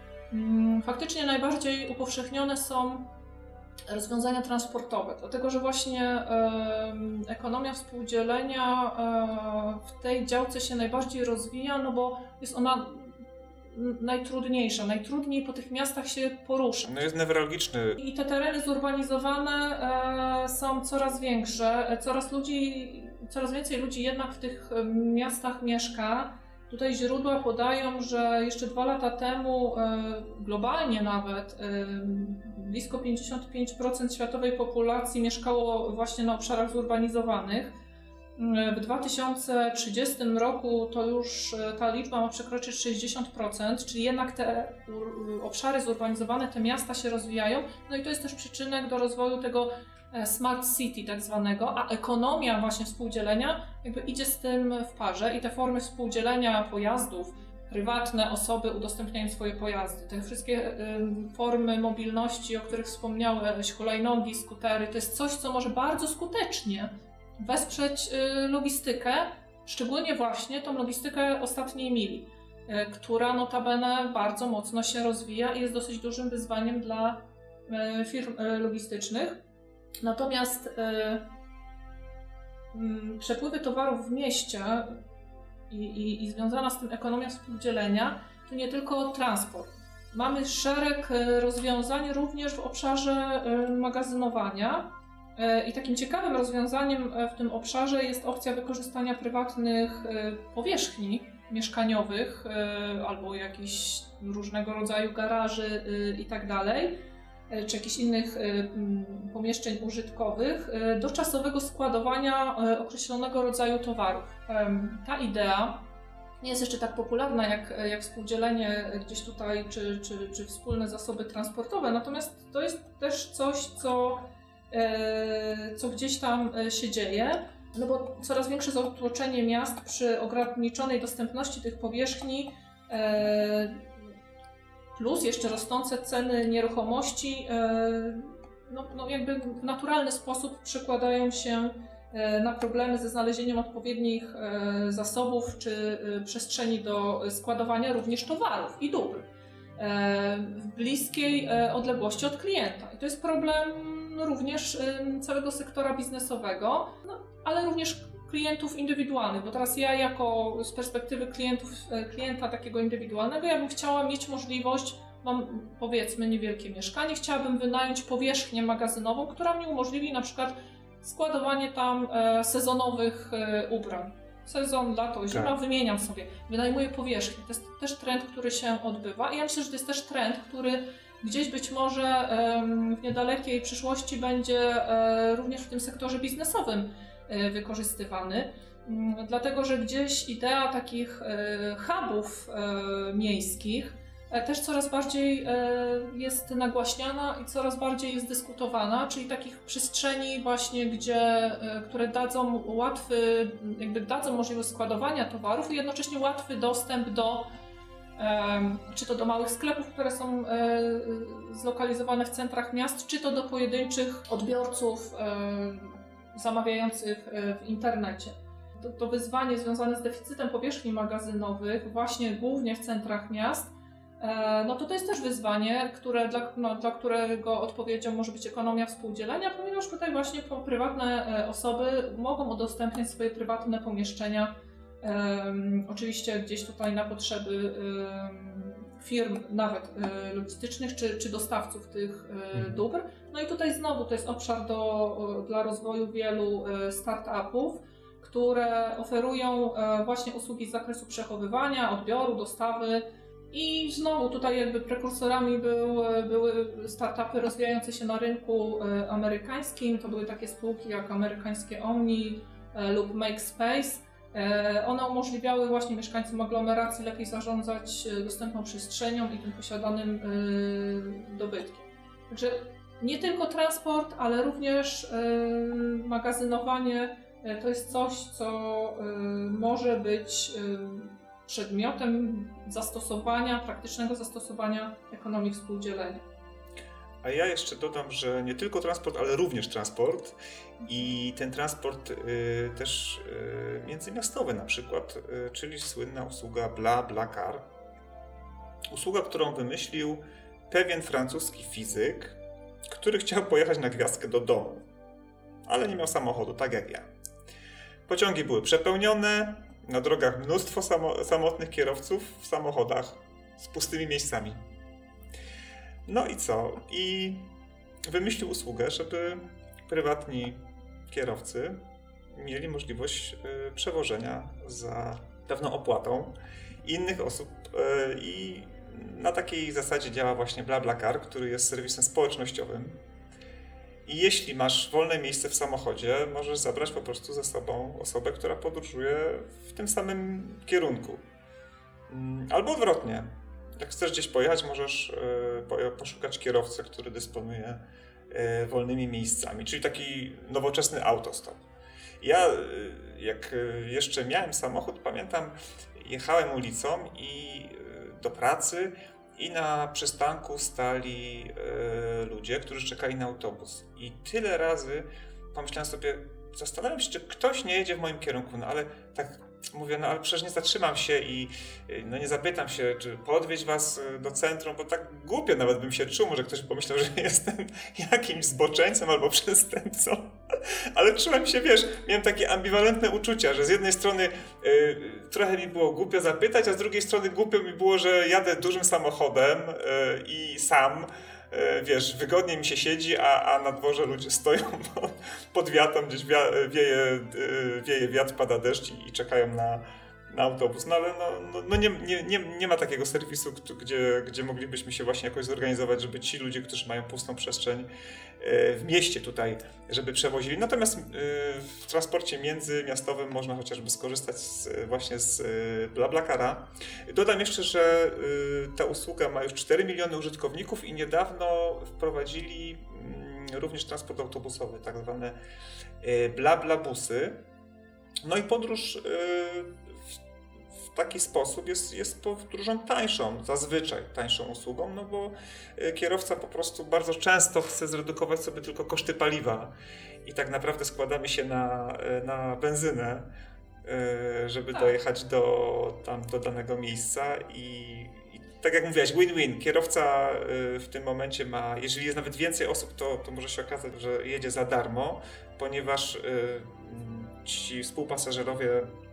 E, faktycznie najbardziej upowszechnione są rozwiązania transportowe, dlatego że właśnie e, ekonomia współdzielenia e, w tej działce się najbardziej rozwija, no bo jest ona najtrudniejsza, najtrudniej po tych miastach się porusza. No jest newralgiczny. I te tereny zurbanizowane e, są coraz większe, coraz ludzi, coraz więcej ludzi jednak w tych miastach mieszka. Tutaj źródła podają, że jeszcze dwa lata temu, globalnie nawet, blisko pięćdziesiąt pięć procent światowej populacji mieszkało właśnie na obszarach zurbanizowanych. W dwa tysiące trzydziestym roku to już ta liczba ma przekroczyć sześćdziesiąt procent, czyli jednak te obszary zurbanizowane, te miasta się rozwijają. No i to jest też przyczynek do rozwoju tego smart city tak zwanego, a ekonomia właśnie współdzielenia jakby idzie z tym w parze i te formy współdzielenia pojazdów, prywatne osoby udostępniają swoje pojazdy. Te wszystkie y, formy mobilności, o których wspomniałeś, hulajnogi, skutery, to jest coś, co może bardzo skutecznie wesprzeć y, logistykę, szczególnie właśnie tą logistykę ostatniej mili, y, która notabene bardzo mocno się rozwija i jest dosyć dużym wyzwaniem dla y, firm y, logistycznych. Natomiast y, y, przepływy towarów w mieście I, i, i związana z tym ekonomia współdzielenia to nie tylko transport. Mamy szereg rozwiązań również w obszarze magazynowania i takim ciekawym rozwiązaniem w tym obszarze jest opcja wykorzystania prywatnych powierzchni mieszkaniowych albo jakichś różnego rodzaju garaży i tak dalej, czy jakichś innych pomieszczeń użytkowych do czasowego składowania określonego rodzaju towarów. Ta idea nie jest jeszcze tak popularna jak, jak współdzielenie gdzieś tutaj, czy, czy, czy wspólne zasoby transportowe, natomiast to jest też coś, co, co gdzieś tam się dzieje, no bo coraz większe zatłoczenie miast przy ograniczonej dostępności tych powierzchni plus jeszcze rosnące ceny nieruchomości no, no jakby w naturalny sposób przekładają się na problemy ze znalezieniem odpowiednich zasobów czy przestrzeni do składowania również towarów i dóbr w bliskiej odległości od klienta. I to jest problem również całego sektora biznesowego, no, ale również klientów indywidualnych, bo teraz ja jako z perspektywy klientów, klienta takiego indywidualnego, ja bym chciała mieć możliwość, mam powiedzmy niewielkie mieszkanie, chciałabym wynająć powierzchnię magazynową, która mi umożliwi na przykład składowanie tam e, sezonowych e, ubrań. Sezon, lato, zima, tak. Wymieniam sobie, wynajmuję powierzchnię. To jest też trend, który się odbywa i ja myślę, że to jest też trend, który gdzieś być może e, w niedalekiej przyszłości będzie e, również w tym sektorze biznesowym e, wykorzystywany. E, dlatego, że gdzieś idea takich e, hubów e, miejskich też coraz bardziej jest nagłaśniana i coraz bardziej jest dyskutowana, czyli takich przestrzeni właśnie, gdzie, które dadzą łatwy, jakby dadzą możliwość składowania towarów i jednocześnie łatwy dostęp do, czy to do małych sklepów, które są zlokalizowane w centrach miast, czy to do pojedynczych odbiorców zamawiających w internecie. To, to wyzwanie związane z deficytem powierzchni magazynowych właśnie głównie w centrach miast, no to to jest też wyzwanie, które, dla, no, dla którego odpowiedzią może być ekonomia współdzielenia, ponieważ tutaj właśnie prywatne osoby mogą udostępniać swoje prywatne pomieszczenia, um, oczywiście gdzieś tutaj na potrzeby um, firm nawet um, logistycznych czy, czy dostawców tych um, dóbr. No i tutaj znowu to jest obszar do, dla rozwoju wielu um, startupów, które oferują um, właśnie usługi z zakresu przechowywania, odbioru, dostawy. I znowu tutaj jakby prekursorami był, były startupy rozwijające się na rynku amerykańskim. To były takie spółki jak amerykańskie Omni lub MakeSpace. One umożliwiały właśnie mieszkańcom aglomeracji lepiej zarządzać dostępną przestrzenią i tym posiadanym dobytkiem. Także nie tylko transport, ale również magazynowanie to jest coś, co może być przedmiotem zastosowania, praktycznego zastosowania ekonomii współdzielenia. A ja jeszcze dodam, że nie tylko transport, ale również transport i ten transport y, też y, międzymiastowy na przykład, y, czyli słynna usługa BlaBlaCar. Usługa, którą wymyślił pewien francuski fizyk, który chciał pojechać na gwiazdkę do domu, ale nie miał samochodu, tak jak ja. Pociągi były przepełnione, na drogach mnóstwo samo, samotnych kierowców w samochodach z pustymi miejscami. No i co? I wymyślił usługę, żeby prywatni kierowcy mieli możliwość y, przewożenia za pewną opłatą innych osób y, i na takiej zasadzie działa właśnie BlaBlaCar, który jest serwisem społecznościowym. I jeśli masz wolne miejsce w samochodzie, możesz zabrać po prostu ze sobą osobę, która podróżuje w tym samym kierunku. Albo odwrotnie. Jak chcesz gdzieś pojechać, możesz poszukać kierowcy, który dysponuje wolnymi miejscami, czyli taki nowoczesny autostop. Ja, jak jeszcze miałem samochód, pamiętam, jechałem ulicą i do pracy i na przystanku stali ludzie, którzy czekali na autobus. I tyle razy pomyślałem sobie, zastanawiam się, czy ktoś nie jedzie w moim kierunku, no ale tak mówię, no ale przecież nie zatrzymam się i no nie zapytam się, czy podwieźć was do centrum, bo tak głupio nawet bym się czuł, może ktoś pomyślał, że jestem jakimś zboczeńcem albo przestępcą. Ale czułem się, wiesz, miałem takie ambiwalentne uczucia, że z jednej strony y, trochę mi było głupio zapytać, a z drugiej strony głupio mi było, że jadę dużym samochodem y, i sam, y, wiesz, wygodnie mi się siedzi, a, a na dworze ludzie stoją pod, pod wiatą, gdzieś wia, wieje, y, wieje wiatr, pada deszcz i, i czekają na, na autobus. No ale no, no, no nie, nie, nie, nie ma takiego serwisu, gdzie, gdzie moglibyśmy się właśnie jakoś zorganizować, żeby ci ludzie, którzy mają pustą przestrzeń w mieście tutaj, żeby przewozili. Natomiast w transporcie międzymiastowym można chociażby skorzystać z, właśnie z BlaBlaCara. Dodam jeszcze, że ta usługa ma już cztery miliony użytkowników i niedawno wprowadzili również transport autobusowy, tak zwane BlaBlaBusy. No i podróż w taki sposób jest, jest podróżą tańszą, zazwyczaj tańszą usługą, no bo kierowca po prostu bardzo często chce zredukować sobie tylko koszty paliwa i tak naprawdę składamy się na, na benzynę, żeby tak. dojechać do, tam, do danego miejsca i, i tak jak mówiłaś, win-win. Kierowca w tym momencie ma, jeżeli jest nawet więcej osób, to, to może się okazać, że jedzie za darmo, ponieważ ci współpasażerowie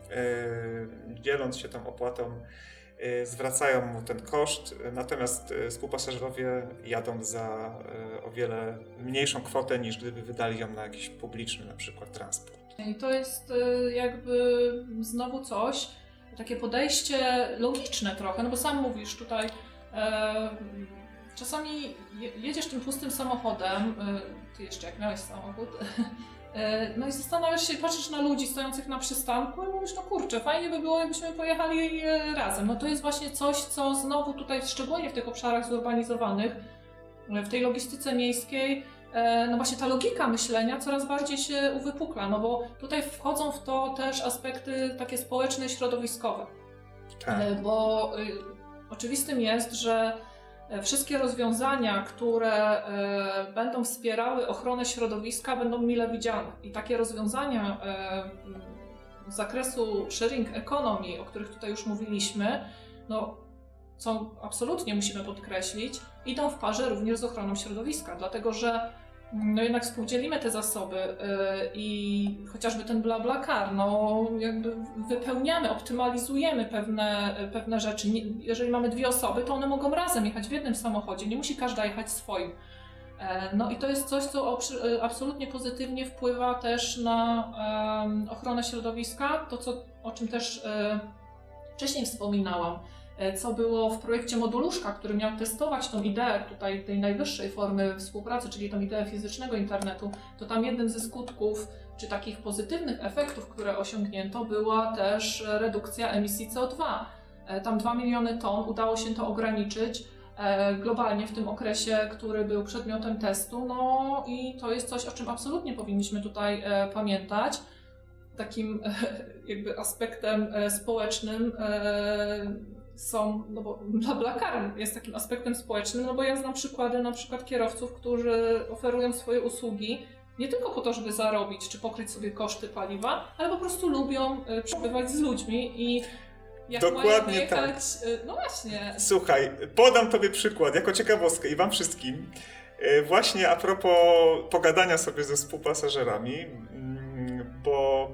dzieląc się tą opłatą, zwracają mu ten koszt, natomiast współpasażerowie jadą za o wiele mniejszą kwotę, niż gdyby wydali ją na jakiś publiczny na przykład transport. I to jest jakby znowu coś, takie podejście logiczne trochę, no bo sam mówisz tutaj, e, czasami jedziesz tym pustym samochodem, ty jeszcze jak miałeś samochód, no i zastanawiasz się, patrzysz na ludzi stojących na przystanku i mówisz, no kurczę, fajnie by było, jakbyśmy pojechali razem. No to jest właśnie coś, co znowu tutaj, szczególnie w tych obszarach zurbanizowanych, w tej logistyce miejskiej, no właśnie ta logika myślenia coraz bardziej się uwypukla, no bo tutaj wchodzą w to też aspekty takie społeczne i środowiskowe. Tak. Bo oczywistym jest, że wszystkie rozwiązania, które y, będą wspierały ochronę środowiska, będą mile widziane. I takie rozwiązania y, z zakresu sharing economy, o których tutaj już mówiliśmy, no, co absolutnie musimy podkreślić, idą w parze również z ochroną środowiska, dlatego że no jednak współdzielimy te zasoby y, i chociażby ten BlaBlaCar, no jakby wypełniamy, optymalizujemy pewne, pewne rzeczy. Nie, jeżeli mamy dwie osoby, to one mogą razem jechać w jednym samochodzie, nie musi każda jechać swoim. E, no i to jest coś, co obszy, absolutnie pozytywnie wpływa też na e, ochronę środowiska, to co, o czym też e, wcześniej wspominałam. Co było w projekcie Moduluszka, który miał testować tą ideę tutaj tej najwyższej formy współpracy, czyli tą ideę fizycznego internetu, to tam jednym ze skutków, czy takich pozytywnych efektów, które osiągnięto, była też redukcja emisji C O dwa. Tam dwa miliony ton, udało się to ograniczyć globalnie w tym okresie, który był przedmiotem testu, no i to jest coś, o czym absolutnie powinniśmy tutaj pamiętać. Takim jakby aspektem społecznym są, no bo BlaBlaCar jest takim aspektem społecznym, no bo ja znam przykłady na przykład kierowców, którzy oferują swoje usługi nie tylko po to, żeby zarobić czy pokryć sobie koszty paliwa, ale po prostu lubią przebywać z ludźmi i jak dokładnie mają jechać, tak. No właśnie. Słuchaj, podam tobie przykład jako ciekawostkę i wam wszystkim, właśnie a propos pogadania sobie ze współpasażerami, bo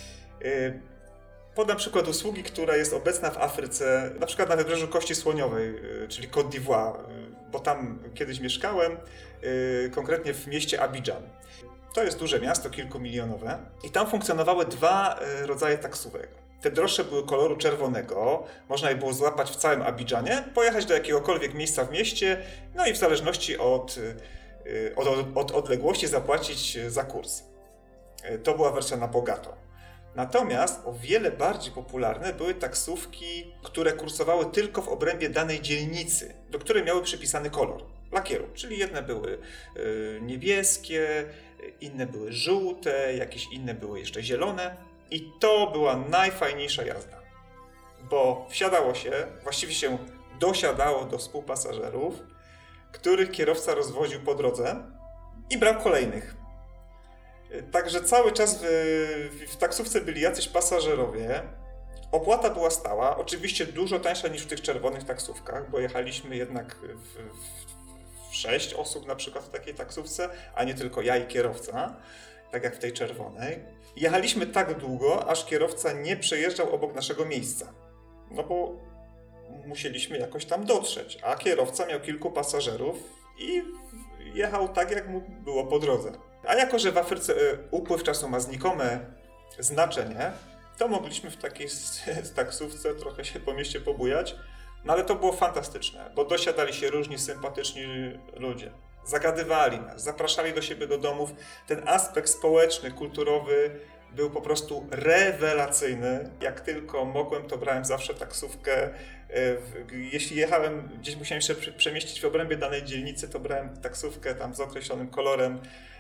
podam przykład usługi, która jest obecna w Afryce, na przykład na wybrzeżu Kości Słoniowej, czyli Côte d'Ivoire, bo tam kiedyś mieszkałem, konkretnie w mieście Abidżan. To jest duże miasto, kilkumilionowe i tam funkcjonowały dwa rodzaje taksówek. Te droższe były koloru czerwonego, można je było złapać w całym Abidżanie, pojechać do jakiegokolwiek miejsca w mieście, no i w zależności od od, od odległości zapłacić za kurs. To była wersja na bogato. Natomiast o wiele bardziej popularne były taksówki, które kursowały tylko w obrębie danej dzielnicy, do której miały przypisany kolor lakieru. Czyli jedne były niebieskie, inne były żółte, jakieś inne były jeszcze zielone. I to była najfajniejsza jazda, bo wsiadało się, właściwie się dosiadało do współpasażerów, których kierowca rozwoził po drodze i brał kolejnych. Także cały czas w, w taksówce byli jacyś pasażerowie. Opłata była stała, oczywiście dużo tańsza niż w tych czerwonych taksówkach, bo jechaliśmy jednak w, w, w sześć osób na przykład w takiej taksówce, a nie tylko ja i kierowca, tak jak w tej czerwonej. Jechaliśmy tak długo, aż kierowca nie przejeżdżał obok naszego miejsca, no bo musieliśmy jakoś tam dotrzeć, a kierowca miał kilku pasażerów i jechał tak, jak mu było po drodze. A jako, że w Afryce upływ czasu ma znikome znaczenie, to mogliśmy w takiej taksówce trochę się po mieście pobujać, no ale to było fantastyczne, bo dosiadali się różni sympatyczni ludzie. Zagadywali nas, zapraszali do siebie do domów. Ten aspekt społeczny, kulturowy był po prostu rewelacyjny. Jak tylko mogłem, to brałem zawsze taksówkę. Jeśli jechałem, gdzieś musiałem się przemieścić w obrębie danej dzielnicy, to brałem taksówkę tam z określonym kolorem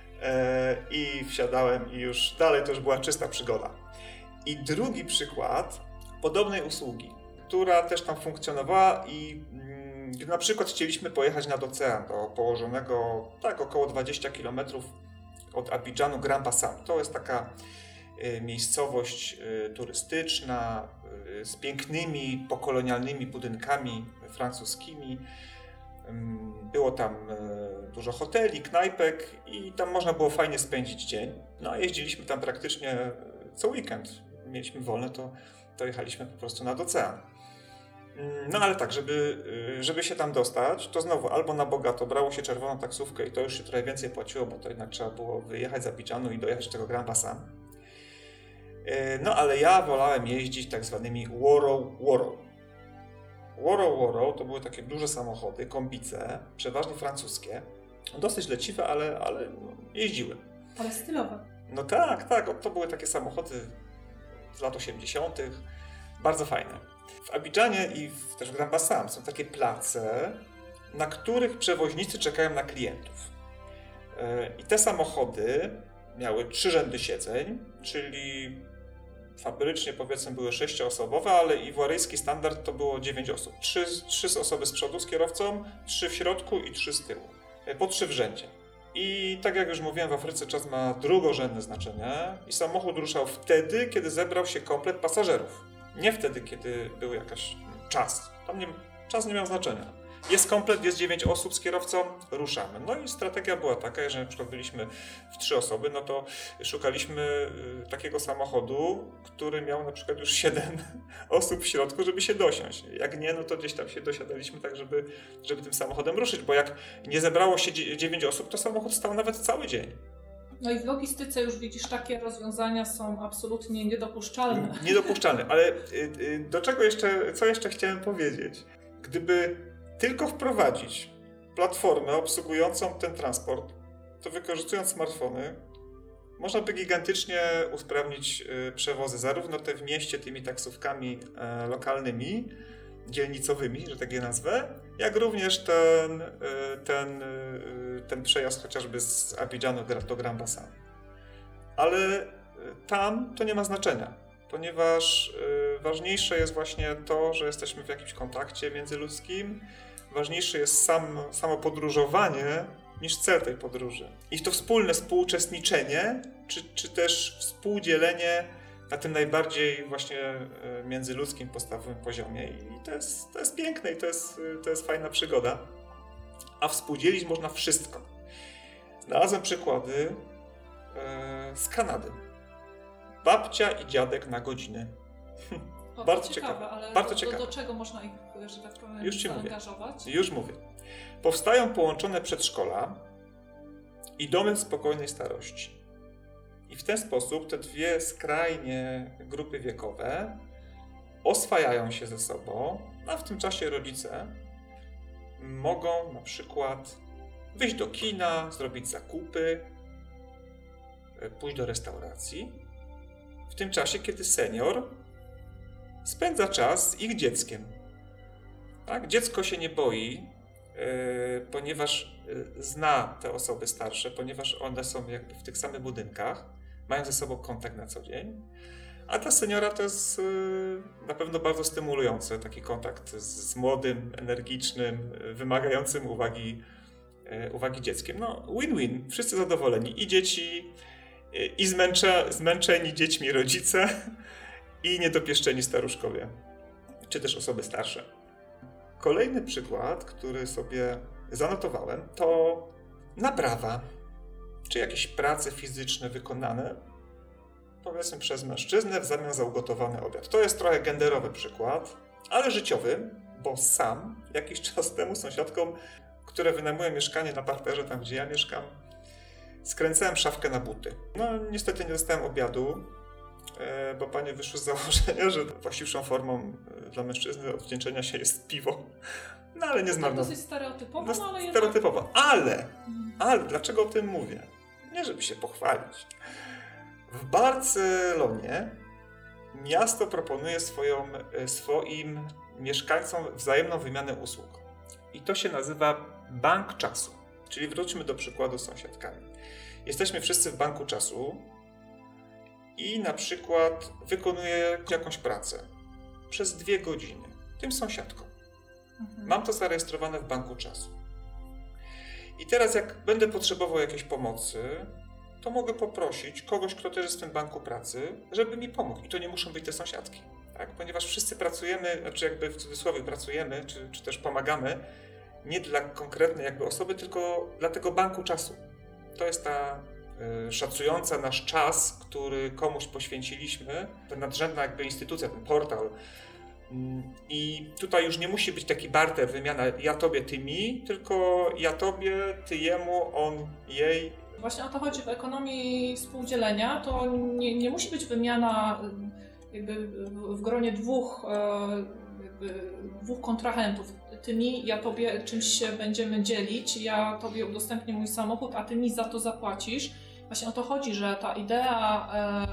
i wsiadałem i już dalej to już była czysta przygoda. I drugi przykład podobnej usługi, która też tam funkcjonowała i gdy na przykład chcieliśmy pojechać nad ocean do położonego tak około dwadzieścia kilometrów od Abidżanu Grand Bassam. To jest taka y, miejscowość y, turystyczna y, z pięknymi pokolonialnymi budynkami francuskimi. Y, było tam y, dużo hoteli, knajpek i tam można było fajnie spędzić dzień. No a jeździliśmy tam praktycznie co weekend. Mieliśmy wolne, to, to jechaliśmy po prostu nad ocean. No ale tak, żeby, żeby się tam dostać, to znowu albo na bogato brało się czerwoną taksówkę i to już się trochę więcej płaciło, bo to jednak trzeba było wyjechać z Abidżanu i dojechać do tego Grand Bassam. No ale ja wolałem jeździć tak zwanymi Woro-Woro. Woro-Woro to były takie duże samochody, kombice, przeważnie francuskie. Dosyć leciwe, ale, ale jeździły. Ale stylowe. No tak, tak, to były takie samochody z lat osiemdziesiątych. Bardzo fajne. W Abidżanie i w, też w Grand Bassam są takie place, na których przewoźnicy czekają na klientów. Yy, I te samochody miały trzy rzędy siedzeń, czyli fabrycznie powiedzmy były sześcioosobowe, ale iworyjski standard to było dziewięć osób. Trzy, trzy osoby z przodu z kierowcą, trzy w środku i trzy z tyłu. Yy, po trzy w rzędzie. I tak jak już mówiłem, w Afryce czas ma drugorzędne znaczenie i samochód ruszał wtedy, kiedy zebrał się komplet pasażerów. Nie wtedy, kiedy był jakiś czas. Tam nie, czas nie miał znaczenia. Jest komplet, jest dziewięć osób z kierowcą, ruszamy. No i strategia była taka, że na przykład byliśmy w trzy osoby, no to szukaliśmy takiego samochodu, który miał na przykład już siedem osób w środku, żeby się dosiąść. Jak nie, no to gdzieś tam się dosiadaliśmy tak, żeby, żeby tym samochodem ruszyć, bo jak nie zebrało się dziewięć osób, to samochód stał nawet cały dzień. No i w logistyce już widzisz, takie rozwiązania są absolutnie niedopuszczalne. Niedopuszczalne, ale do czego jeszcze, co jeszcze chciałem powiedzieć? Gdyby tylko wprowadzić platformę obsługującą ten transport, to wykorzystując smartfony, można by gigantycznie usprawnić przewozy, zarówno te w mieście tymi taksówkami lokalnymi, dzielnicowymi, że tak je nazwę, jak również ten, ten, ten przejazd chociażby z Abidżanu do Grand Bassam. Ale tam to nie ma znaczenia, ponieważ ważniejsze jest właśnie to, że jesteśmy w jakimś kontakcie międzyludzkim, ważniejsze jest sam, samo podróżowanie niż cel tej podróży. I to wspólne współuczestniczenie, czy, czy też współdzielenie na tym najbardziej właśnie międzyludzkim, podstawowym poziomie. I to jest, to jest piękne i to jest, to jest fajna przygoda. A współdzielić można wszystko. Znalazłem przykłady e, z Kanady. Babcia i dziadek na godzinę. O, Bardzo ciekawe, ciekawe. Ale Bardzo do, ciekawe. Do, do czego można ich, że tak powiem, Już ci zaangażować? Mówię. Już mówię. Powstają połączone przedszkola i domy spokojnej starości. I w ten sposób te dwie skrajnie grupy wiekowe oswajają się ze sobą, a w tym czasie rodzice mogą na przykład wyjść do kina, zrobić zakupy, pójść do restauracji. W tym czasie, kiedy senior spędza czas z ich dzieckiem. Tak? Dziecko się nie boi, yy, ponieważ yy, zna te osoby starsze, ponieważ one są jakby w tych samych budynkach, mają ze sobą kontakt na co dzień. A dla seniora to jest yy, na pewno bardzo stymulujące, taki kontakt z, z młodym, energicznym, yy, wymagającym uwagi, yy, uwagi dzieckiem. No win-win, wszyscy zadowoleni, i dzieci, yy, i zmęcze, zmęczeni dziećmi rodzice, i niedopieszczeni staruszkowie, czy też osoby starsze. Kolejny przykład, który sobie zanotowałem, to naprawa, czy jakieś prace fizyczne wykonane, powiedzmy przez mężczyznę w zamian za ugotowany obiad. To jest trochę genderowy przykład, ale życiowy, bo sam jakiś czas temu sąsiadkom, które wynajmują mieszkanie na parterze, tam gdzie ja mieszkam, skręcałem szafkę na buty. No niestety nie dostałem obiadu, bo panie wyszły z założenia, że właściwszą formą dla mężczyzny odwdzięczenia się jest piwo. No ale nie zmarno. To dosyć stereotypowo, no, ale stereotypowo. jednak... Ale, ale, dlaczego o tym mówię? Nie żeby się pochwalić. W Barcelonie miasto proponuje swoją, swoim mieszkańcom wzajemną wymianę usług. I to się nazywa bank czasu. Czyli wróćmy do przykładu z sąsiadkami. Jesteśmy wszyscy w banku czasu i na przykład wykonuję jakąś pracę przez dwie godziny tym sąsiadkom. Mhm. Mam to zarejestrowane w banku czasu. I teraz jak będę potrzebował jakiejś pomocy, to mogę poprosić kogoś, kto też jest w tym banku pracy, żeby mi pomógł. I to nie muszą być te sąsiadki. Tak? Ponieważ wszyscy pracujemy, znaczy jakby w cudzysłowie pracujemy, czy, czy też pomagamy, nie dla konkretnej jakby osoby, tylko dla tego banku czasu. To jest ta y, szacująca nasz czas, który komuś poświęciliśmy, ta nadrzędna jakby instytucja, ten portal. I tutaj już nie musi być taki barter, wymiana ja tobie, ty mi, tylko ja tobie, ty jemu, on jej. Właśnie o to chodzi w ekonomii współdzielenia, to nie, nie musi być wymiana jakby w gronie dwóch, jakby dwóch kontrahentów. Ty mi, ja tobie czymś się będziemy dzielić, ja tobie udostępnię mój samochód, a ty mi za to zapłacisz. Właśnie o to chodzi, że ta idea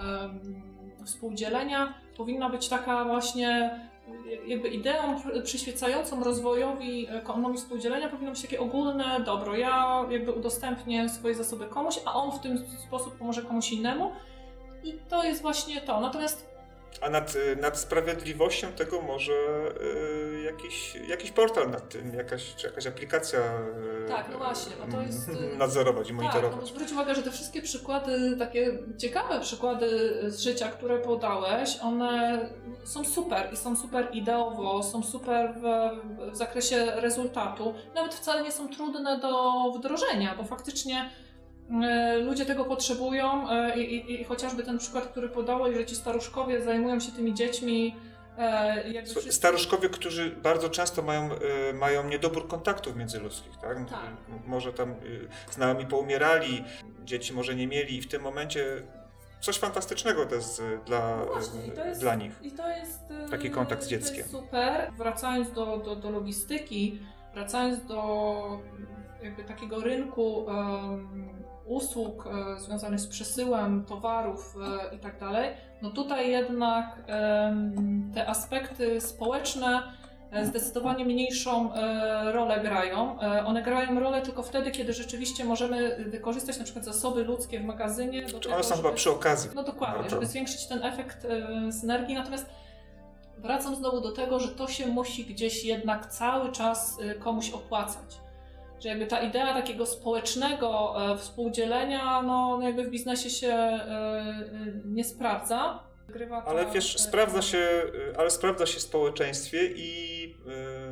e, współdzielenia powinna być taka właśnie jakby ideą przyświecającą rozwojowi ekonomii współdzielenia powinno być takie ogólne dobro. Ja jakby udostępnię swoje zasoby komuś, a on w tym sposób pomoże komuś innemu i to jest właśnie to. Natomiast A nad, nad sprawiedliwością tego może y, jakiś, jakiś portal nad tym, jakaś, czy jakaś aplikacja y, tak, no właśnie, bo to jest, nadzorować i monitorować. Tak, no zwróć uwagę, że te wszystkie przykłady, takie ciekawe przykłady z życia, które podałeś, one są super i są super ideowo, są super w, w zakresie rezultatu. Nawet wcale nie są trudne do wdrożenia, bo faktycznie ludzie tego potrzebują i, i, i chociażby ten przykład, który podałeś, że ci staruszkowie zajmują się tymi dziećmi. Jakby wszyscy... Staruszkowie, którzy bardzo często mają, mają niedobór kontaktów międzyludzkich, tak? Tak. Może tam znajomi poumierali, dzieci może nie mieli i w tym momencie coś fantastycznego to jest dla, no właśnie, to jest, dla nich. I to jest taki kontakt z dzieckiem. To jest super. Wracając do, do, do logistyki, wracając do jakby takiego rynku um, usług e, związanych z przesyłem towarów e, i tak dalej, no tutaj jednak e, te aspekty społeczne e, zdecydowanie mniejszą e, rolę grają. E, one grają rolę tylko wtedy, kiedy rzeczywiście możemy wykorzystać na przykład zasoby ludzkie w magazynie. Do tego, one są żeby, chyba przy okazji. No dokładnie, no żeby zwiększyć ten efekt e, synergii. Natomiast wracam znowu do tego, że to się musi gdzieś jednak cały czas e, komuś opłacać. Że jakby ta idea takiego społecznego e, współdzielenia, no jakby w biznesie się e, nie sprawdza. Grywa ale ta, wiesz, e, sprawdza się, ale sprawdza się w społeczeństwie i, yy,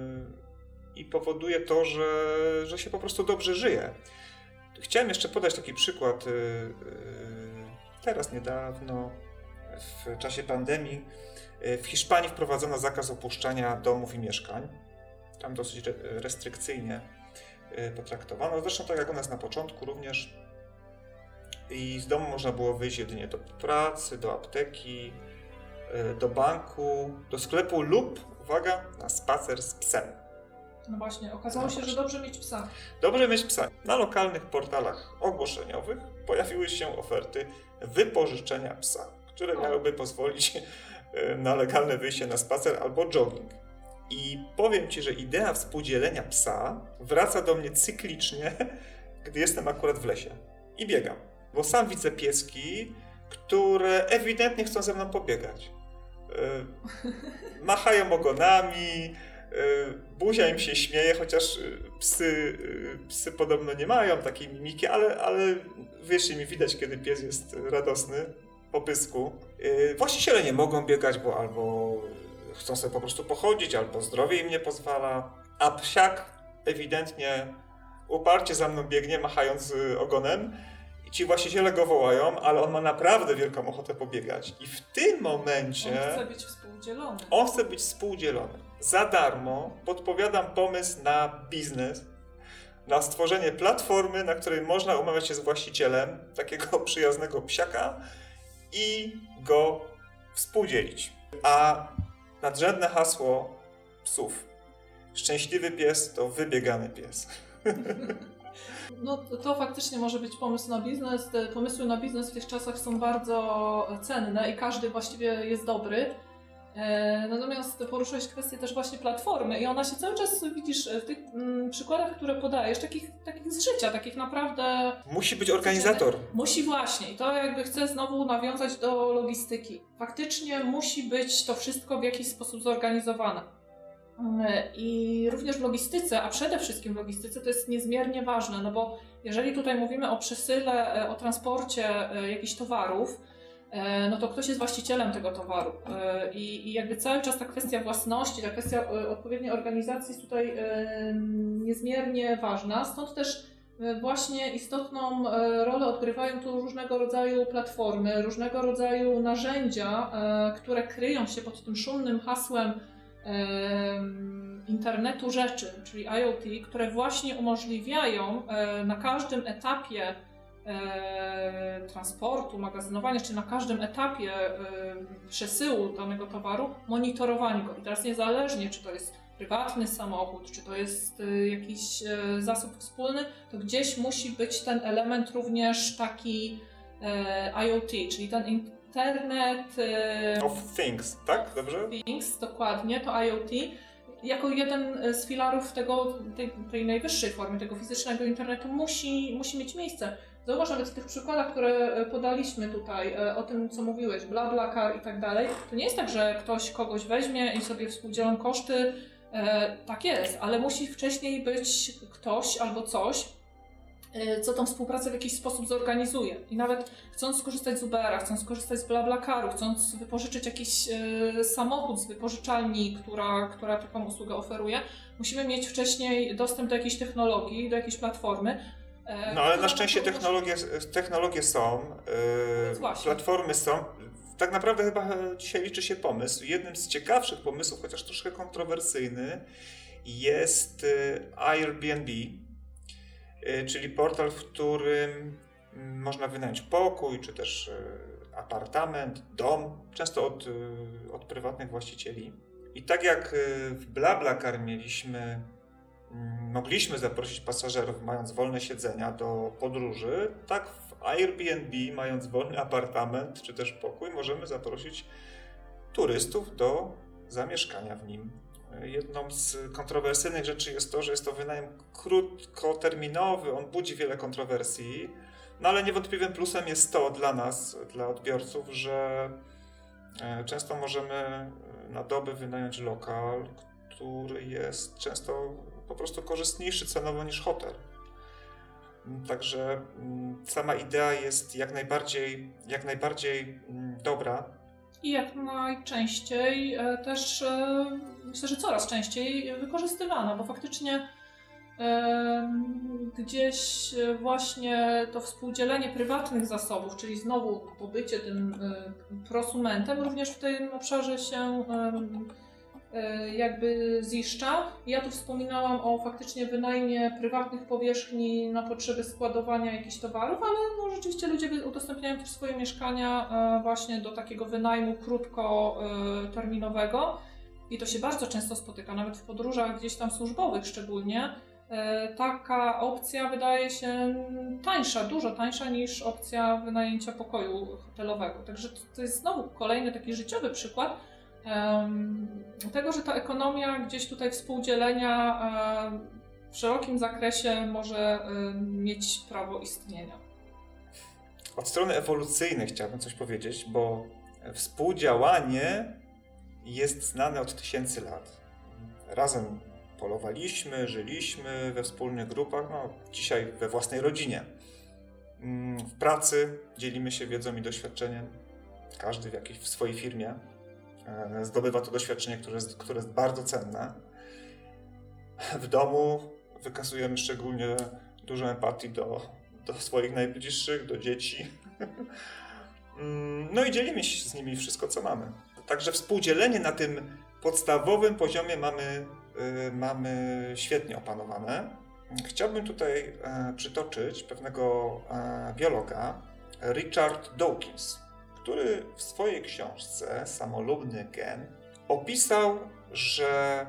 i powoduje to, że, że się po prostu dobrze żyje. Chciałem jeszcze podać taki przykład. Yy, teraz niedawno, w czasie pandemii, yy, w Hiszpanii wprowadzono zakaz opuszczania domów i mieszkań. Tam dosyć restrykcyjnie potraktowano. Zresztą tak jak u nas na początku również. I z domu można było wyjść jedynie do pracy, do apteki, do banku, do sklepu lub, uwaga, na spacer z psem. No właśnie, okazało się, że dobrze mieć psa. Dobrze mieć psa. Na lokalnych portalach ogłoszeniowych pojawiły się oferty wypożyczenia psa, które O. miałyby pozwolić na legalne wyjście na spacer albo jogging. I powiem Ci, że idea współdzielenia psa wraca do mnie cyklicznie, gdy jestem akurat w lesie i biegam. Bo sam widzę pieski, które ewidentnie chcą ze mną pobiegać. Yy, machają ogonami, yy, buzia im się śmieje, chociaż psy, yy, psy podobno nie mają takiej mimiki, ale, ale wierzcie mi, widać, kiedy pies jest radosny po pysku. Yy, właściciele nie mogą biegać, bo albo chcą sobie po prostu pochodzić, albo zdrowie im nie pozwala, a psiak ewidentnie uparcie za mną biegnie, machając ogonem. I ci właściciele go wołają, ale on ma naprawdę wielką ochotę pobiegać. I w tym momencie... On chce być współdzielony. On chce być współdzielony. Za darmo podpowiadam pomysł na biznes, na stworzenie platformy, na której można umawiać się z właścicielem takiego przyjaznego psiaka i go współdzielić. A nadrzędne hasło psów. Szczęśliwy pies to wybiegany pies. No to, to faktycznie może być pomysł na biznes. Te pomysły na biznes w tych czasach są bardzo cenne i każdy właściwie jest dobry. E, natomiast poruszyłeś kwestię też właśnie platformy i ona się cały czas, widzisz, w tych m, przykładach, które podajesz, takich, takich z życia, takich naprawdę... Musi być organizator. Musi właśnie. I to jakby chcę znowu nawiązać do logistyki. Faktycznie musi być to wszystko w jakiś sposób zorganizowane. I również w logistyce, a przede wszystkim w logistyce to jest niezmiernie ważne, no bo jeżeli tutaj mówimy o przesyle, o transporcie jakichś towarów, no to ktoś jest właścicielem tego towaru i, i jakby cały czas ta kwestia własności, ta kwestia odpowiedniej organizacji jest tutaj niezmiernie ważna, stąd też właśnie istotną rolę odgrywają tu różnego rodzaju platformy, różnego rodzaju narzędzia, które kryją się pod tym szumnym hasłem internetu rzeczy, czyli I O T, które właśnie umożliwiają na każdym etapie transportu, magazynowania, czy na każdym etapie przesyłu danego towaru monitorowanie go. I teraz niezależnie, czy to jest prywatny samochód, czy to jest jakiś zasób wspólny, to gdzieś musi być ten element również taki I O T, czyli ten Internet of Things, tak? Dobrze? Things, dokładnie, to I O T, jako jeden z filarów tego, tej, tej najwyższej formy, tego fizycznego internetu musi, musi mieć miejsce. Zauważ nawet w tych przykładach, które podaliśmy tutaj, o tym, co mówiłeś, BlaBlaCar i tak dalej, to nie jest tak, że ktoś kogoś weźmie i sobie współdzielą koszty, e, tak jest, ale musi wcześniej być ktoś albo coś, co tą współpracę w jakiś sposób zorganizuje. I nawet chcąc skorzystać z Ubera, chcąc skorzystać z BlaBlaCaru, chcąc wypożyczyć jakiś e, samochód z wypożyczalni, która, która taką usługę oferuje, musimy mieć wcześniej dostęp do jakiejś technologii, do jakiejś platformy. E, no ale na szczęście technologie, technologie są, e, platformy są. Tak naprawdę chyba dzisiaj liczy się pomysł. Jednym z ciekawszych pomysłów, chociaż troszkę kontrowersyjny, jest Airbnb, czyli portal, w którym można wynająć pokój, czy też apartament, dom, często od, od prywatnych właścicieli. I tak jak w BlaBlaCar mieliśmy, mogliśmy zaprosić pasażerów, mając wolne siedzenia do podróży, tak w Airbnb, mając wolny apartament, czy też pokój, możemy zaprosić turystów do zamieszkania w nim. Jedną z kontrowersyjnych rzeczy jest to, że jest to wynajem krótkoterminowy, on budzi wiele kontrowersji, no ale niewątpliwym plusem jest to dla nas, dla odbiorców, że często możemy na dobę wynająć lokal, który jest często po prostu korzystniejszy cenowo niż hotel. Także sama idea jest jak najbardziej, jak najbardziej dobra. I jak najczęściej też, myślę, że coraz częściej wykorzystywana, bo faktycznie gdzieś właśnie to współdzielenie prywatnych zasobów, czyli znowu po bycie tym prosumentem, również w tym obszarze się jakby ziszcza. Ja tu wspominałam o faktycznie wynajmie prywatnych powierzchni na potrzeby składowania jakichś towarów, ale no, rzeczywiście ludzie udostępniają też swoje mieszkania właśnie do takiego wynajmu krótkoterminowego. i to się bardzo często spotyka, nawet w podróżach gdzieś tam służbowych szczególnie, taka opcja wydaje się tańsza, dużo tańsza niż opcja wynajęcia pokoju hotelowego. Także to jest znowu kolejny taki życiowy przykład um, tego, że ta ekonomia gdzieś tutaj współdzielenia um, w szerokim zakresie może um, mieć prawo istnienia. Od strony ewolucyjnej chciałbym coś powiedzieć, bo współdziałanie jest znane od tysięcy lat. Razem polowaliśmy, żyliśmy we wspólnych grupach, no dzisiaj we własnej rodzinie. W pracy dzielimy się wiedzą i doświadczeniem. Każdy w jakiejś w swojej firmie zdobywa to doświadczenie, które jest, które jest bardzo cenne. W domu wykazujemy szczególnie dużo empatii do, do swoich najbliższych, do dzieci. No i dzielimy się z nimi wszystko, co mamy. Także współdzielenie na tym podstawowym poziomie mamy mamy świetnie opanowane. Chciałbym tutaj przytoczyć pewnego biologa, Richard Dawkins, który w swojej książce Samolubny gen opisał, że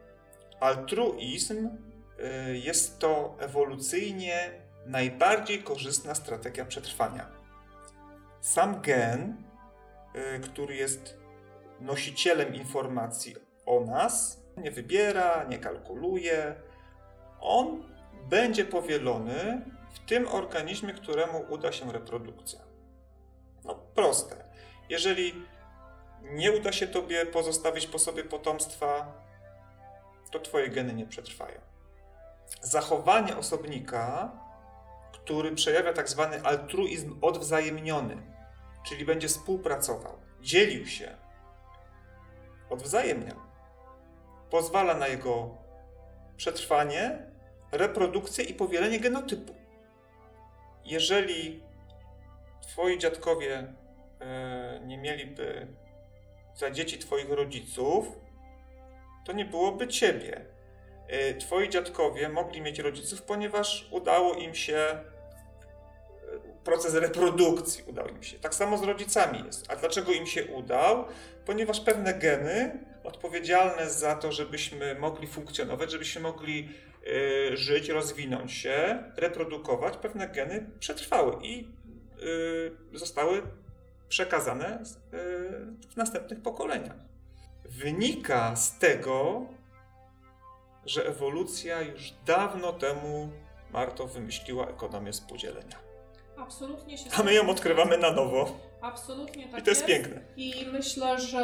altruizm jest to ewolucyjnie najbardziej korzystna strategia przetrwania. Sam gen, który jest nosicielem informacji o nas, nie wybiera, nie kalkuluje. On będzie powielony w tym organizmie, któremu uda się reprodukcja. No proste. Jeżeli nie uda się tobie pozostawić po sobie potomstwa, to twoje geny nie przetrwają. Zachowanie osobnika, który przejawia tak zwany altruizm odwzajemniony, czyli będzie współpracował, dzielił się, odwzajemniał, pozwala na jego przetrwanie, reprodukcję i powielenie genotypu. Jeżeli twoi dziadkowie e, nie mieliby za dzieci twoich rodziców, to nie byłoby ciebie. E, twoi dziadkowie mogli mieć rodziców, ponieważ udało im się e, proces reprodukcji, udał im się. Tak samo z rodzicami jest. A dlaczego im się udał? Ponieważ pewne geny odpowiedzialne za to, żebyśmy mogli funkcjonować, żebyśmy mogli y, żyć, rozwinąć się, reprodukować, pewne geny przetrwały i y, zostały przekazane y, w następnych pokoleniach. Wynika z tego, że ewolucja już dawno temu, Marto, wymyśliła ekonomię współdzielenia. Absolutnie się. A my ją odkrywamy na nowo. Absolutnie tak. I to jest, jest piękne. I myślę, że,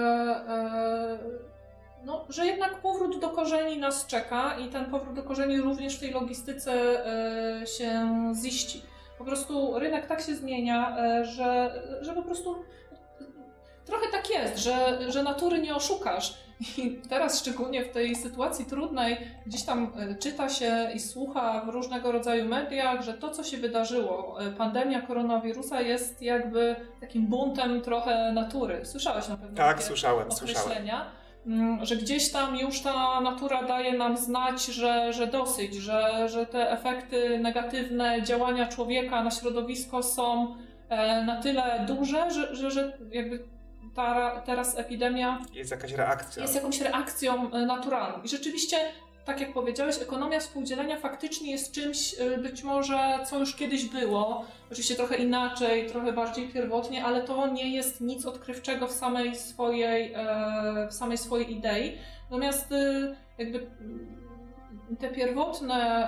e, no, że jednak powrót do korzeni nas czeka i ten powrót do korzeni również w tej logistyce e, się ziści. Po prostu rynek tak się zmienia, e, że, że po prostu trochę tak jest, że, że natury nie oszukasz. I teraz szczególnie w tej sytuacji trudnej gdzieś tam czyta się i słucha w różnego rodzaju mediach, że to, co się wydarzyło, pandemia koronawirusa jest jakby takim buntem trochę natury. Słyszałeś na pewno tak, takie słyszałem, określenia, słyszałem. Że gdzieś tam już ta natura daje nam znać, że, że dosyć, że, że te efekty negatywne działania człowieka na środowisko są na tyle duże, że, że, że jakby Ta, teraz epidemia jest jakaś reakcja. Jest jakąś reakcją naturalną. I rzeczywiście, tak jak powiedziałeś, ekonomia współdzielenia faktycznie jest czymś być może, co już kiedyś było. Oczywiście trochę inaczej, trochę bardziej pierwotnie, ale to nie jest nic odkrywczego w samej swojej, w samej swojej idei. Natomiast jakby te pierwotne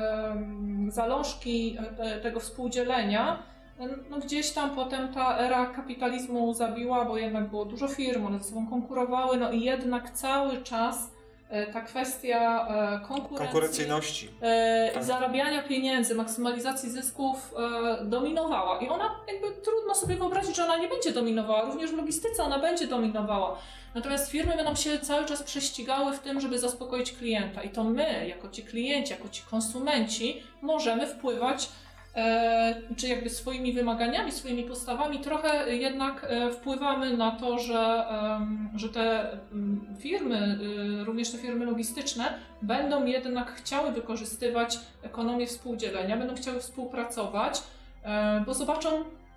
zalążki tego współdzielenia, no gdzieś tam potem ta era kapitalizmu zabiła, bo jednak było dużo firm, one ze sobą konkurowały, no i jednak cały czas ta kwestia konkurencji, konkurencyjności e, tak. i zarabiania pieniędzy, maksymalizacji zysków e, dominowała. I ona jakby trudno sobie wyobrazić, że ona nie będzie dominowała, również w logistyce ona będzie dominowała. Natomiast firmy będą się cały czas prześcigały w tym, żeby zaspokoić klienta. I to my, jako ci klienci, jako ci konsumenci, możemy wpływać czy jakby swoimi wymaganiami, swoimi postawami trochę jednak wpływamy na to, że, że te firmy, również te firmy logistyczne będą jednak chciały wykorzystywać ekonomię współdzielenia, będą chciały współpracować, bo zobaczą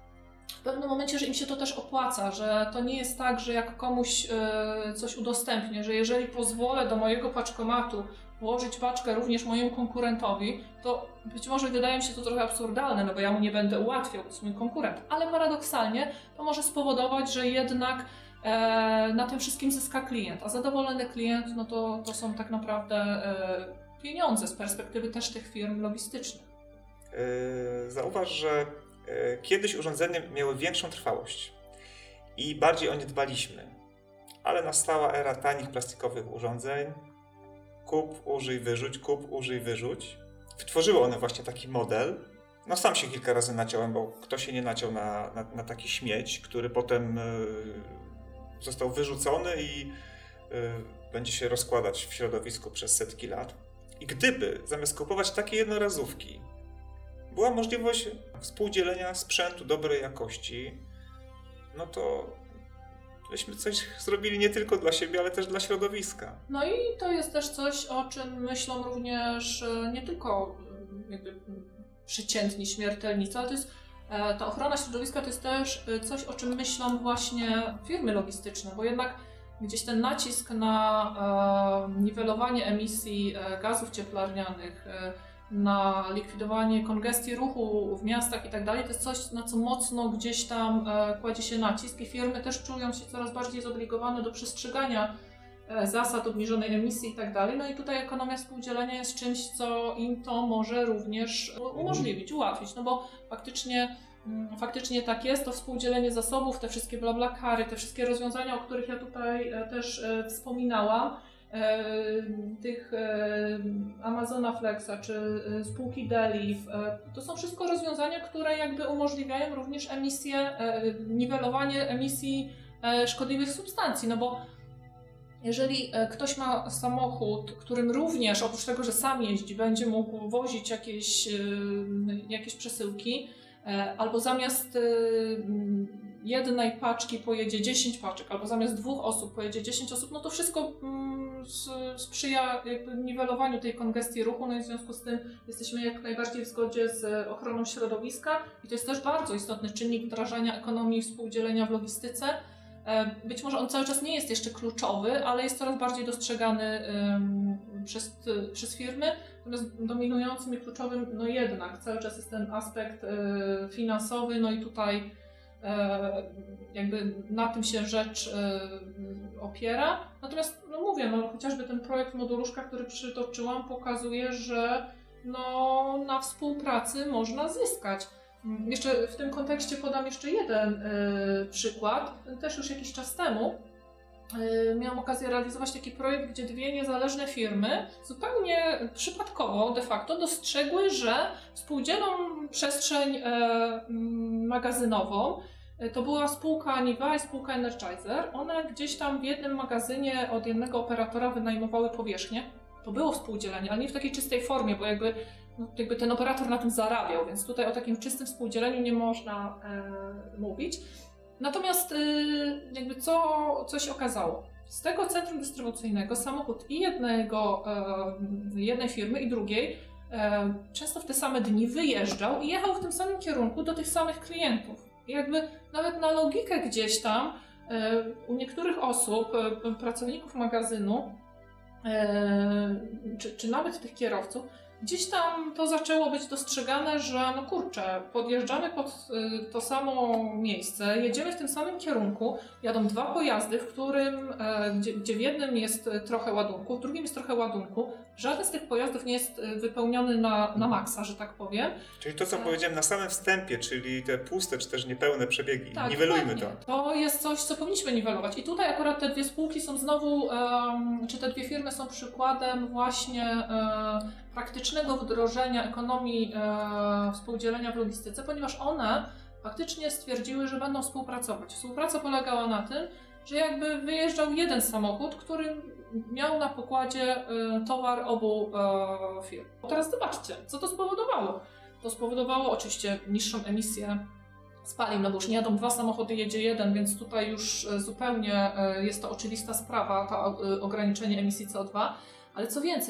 w pewnym momencie, że im się to też opłaca, że to nie jest tak, że jak komuś y, coś udostępnię, że jeżeli pozwolę do mojego paczkomatu włożyć paczkę również mojemu konkurentowi, to być może wydaje mi się to trochę absurdalne, no bo ja mu nie będę ułatwiał, to jest mój konkurent, ale paradoksalnie to może spowodować, że jednak e, na tym wszystkim zyska klient, a zadowolony klient, no to, to są tak naprawdę e, pieniądze z perspektywy też tych firm logistycznych. Yy, zauważ, że yy, kiedyś urządzenia miały większą trwałość i bardziej o nie dbaliśmy, ale nastała era tanich plastikowych urządzeń. Kup, użyj, wyrzuć, kup, użyj, wyrzuć. Wytworzyły one właśnie taki model. No sam się kilka razy naciąłem, bo kto się nie naciął na, na, na taki śmieć, który potem yy, został wyrzucony i yy, będzie się rozkładać w środowisku przez setki lat. I gdyby zamiast kupować takie jednorazówki była możliwość współdzielenia sprzętu dobrej jakości, no to byśmy coś zrobili nie tylko dla siebie, ale też dla środowiska. No i to jest też coś, o czym myślą również nie tylko jakby przeciętni śmiertelnicy, ale to jest, ta ochrona środowiska to jest też coś, o czym myślą właśnie firmy logistyczne, bo jednak gdzieś ten nacisk na e, niwelowanie emisji e, gazów cieplarnianych, e, na likwidowanie kongestii ruchu w miastach i tak dalej, to jest coś, na co mocno gdzieś tam e, kładzie się nacisk i firmy też czują się coraz bardziej zobligowane do przestrzegania e, zasad obniżonej emisji i tak dalej. No i tutaj ekonomia współdzielenia jest czymś, co im to może również umożliwić, ułatwić, no bo faktycznie Faktycznie tak jest, to współdzielenie zasobów, te wszystkie BlaBlaCary, te wszystkie rozwiązania, o których ja tutaj też wspominałam, tych Amazona Flexa czy spółki Deliv, to są wszystko rozwiązania, które jakby umożliwiają również emisję, niwelowanie emisji szkodliwych substancji, no bo jeżeli ktoś ma samochód, którym również oprócz tego, że sam jeździ, będzie mógł wozić jakieś, jakieś przesyłki, albo zamiast jednej paczki pojedzie dziesięć paczek, albo zamiast dwóch osób pojedzie dziesięć osób, no to wszystko sprzyja jakby niwelowaniu tej kongestii ruchu, no i w związku z tym jesteśmy jak najbardziej w zgodzie z ochroną środowiska i to jest też bardzo istotny czynnik wdrażania ekonomii współdzielenia w logistyce. Być może on cały czas nie jest jeszcze kluczowy, ale jest coraz bardziej dostrzegany um, przez, przez firmy. Natomiast dominującym i kluczowym, no jednak cały czas jest ten aspekt e, finansowy, no i tutaj e, jakby na tym się rzecz e, opiera. Natomiast, no mówię, no chociażby ten projekt Moduluszka, który przytoczyłam, pokazuje, że no, na współpracy można zyskać. Jeszcze w tym kontekście podam jeszcze jeden y, przykład. Też już jakiś czas temu y, miałam okazję realizować taki projekt, gdzie dwie niezależne firmy zupełnie przypadkowo de facto dostrzegły, że współdzielą przestrzeń y, magazynową. To była spółka Niva i spółka Energizer. One gdzieś tam w jednym magazynie od jednego operatora wynajmowały powierzchnię. To było współdzielenie, ale nie w takiej czystej formie, bo jakby No, jakby ten operator na tym zarabiał, więc tutaj o takim czystym współdzieleniu nie można e, mówić. Natomiast e, jakby co, co się okazało? Z tego centrum dystrybucyjnego samochód i jednego, e, jednej firmy i drugiej e, często w te same dni wyjeżdżał i jechał w tym samym kierunku do tych samych klientów. I jakby nawet na logikę gdzieś tam e, u niektórych osób, e, pracowników magazynu, e, czy, czy nawet tych kierowców, gdzieś tam to zaczęło być dostrzegane, że no kurczę, podjeżdżamy pod y, to samo miejsce, jedziemy w tym samym kierunku, jadą dwa pojazdy, w którym, e, gdzie, gdzie w jednym jest trochę ładunku, w drugim jest trochę ładunku. Żaden z tych pojazdów nie jest wypełniony na, na maksa, że tak powiem. Czyli to, co e... powiedziałem na samym wstępie, czyli te puste czy też niepełne przebiegi. Tak, niwelujmy to. to. To jest coś, co powinniśmy niwelować. I tutaj akurat te dwie spółki są znowu, um, czy te dwie firmy są przykładem właśnie um, praktycznego wdrożenia ekonomii e, współdzielenia w logistyce, ponieważ one faktycznie stwierdziły, że będą współpracować. Współpraca polegała na tym, że jakby wyjeżdżał jeden samochód, który miał na pokładzie e, towar obu e, firm. Teraz zobaczcie, co to spowodowało. To spowodowało oczywiście niższą emisję spalin, no bo już nie jadą dwa samochody, jedzie jeden, więc tutaj już zupełnie e, jest to oczywista sprawa, to e, ograniczenie emisji C O dwa, ale co więcej,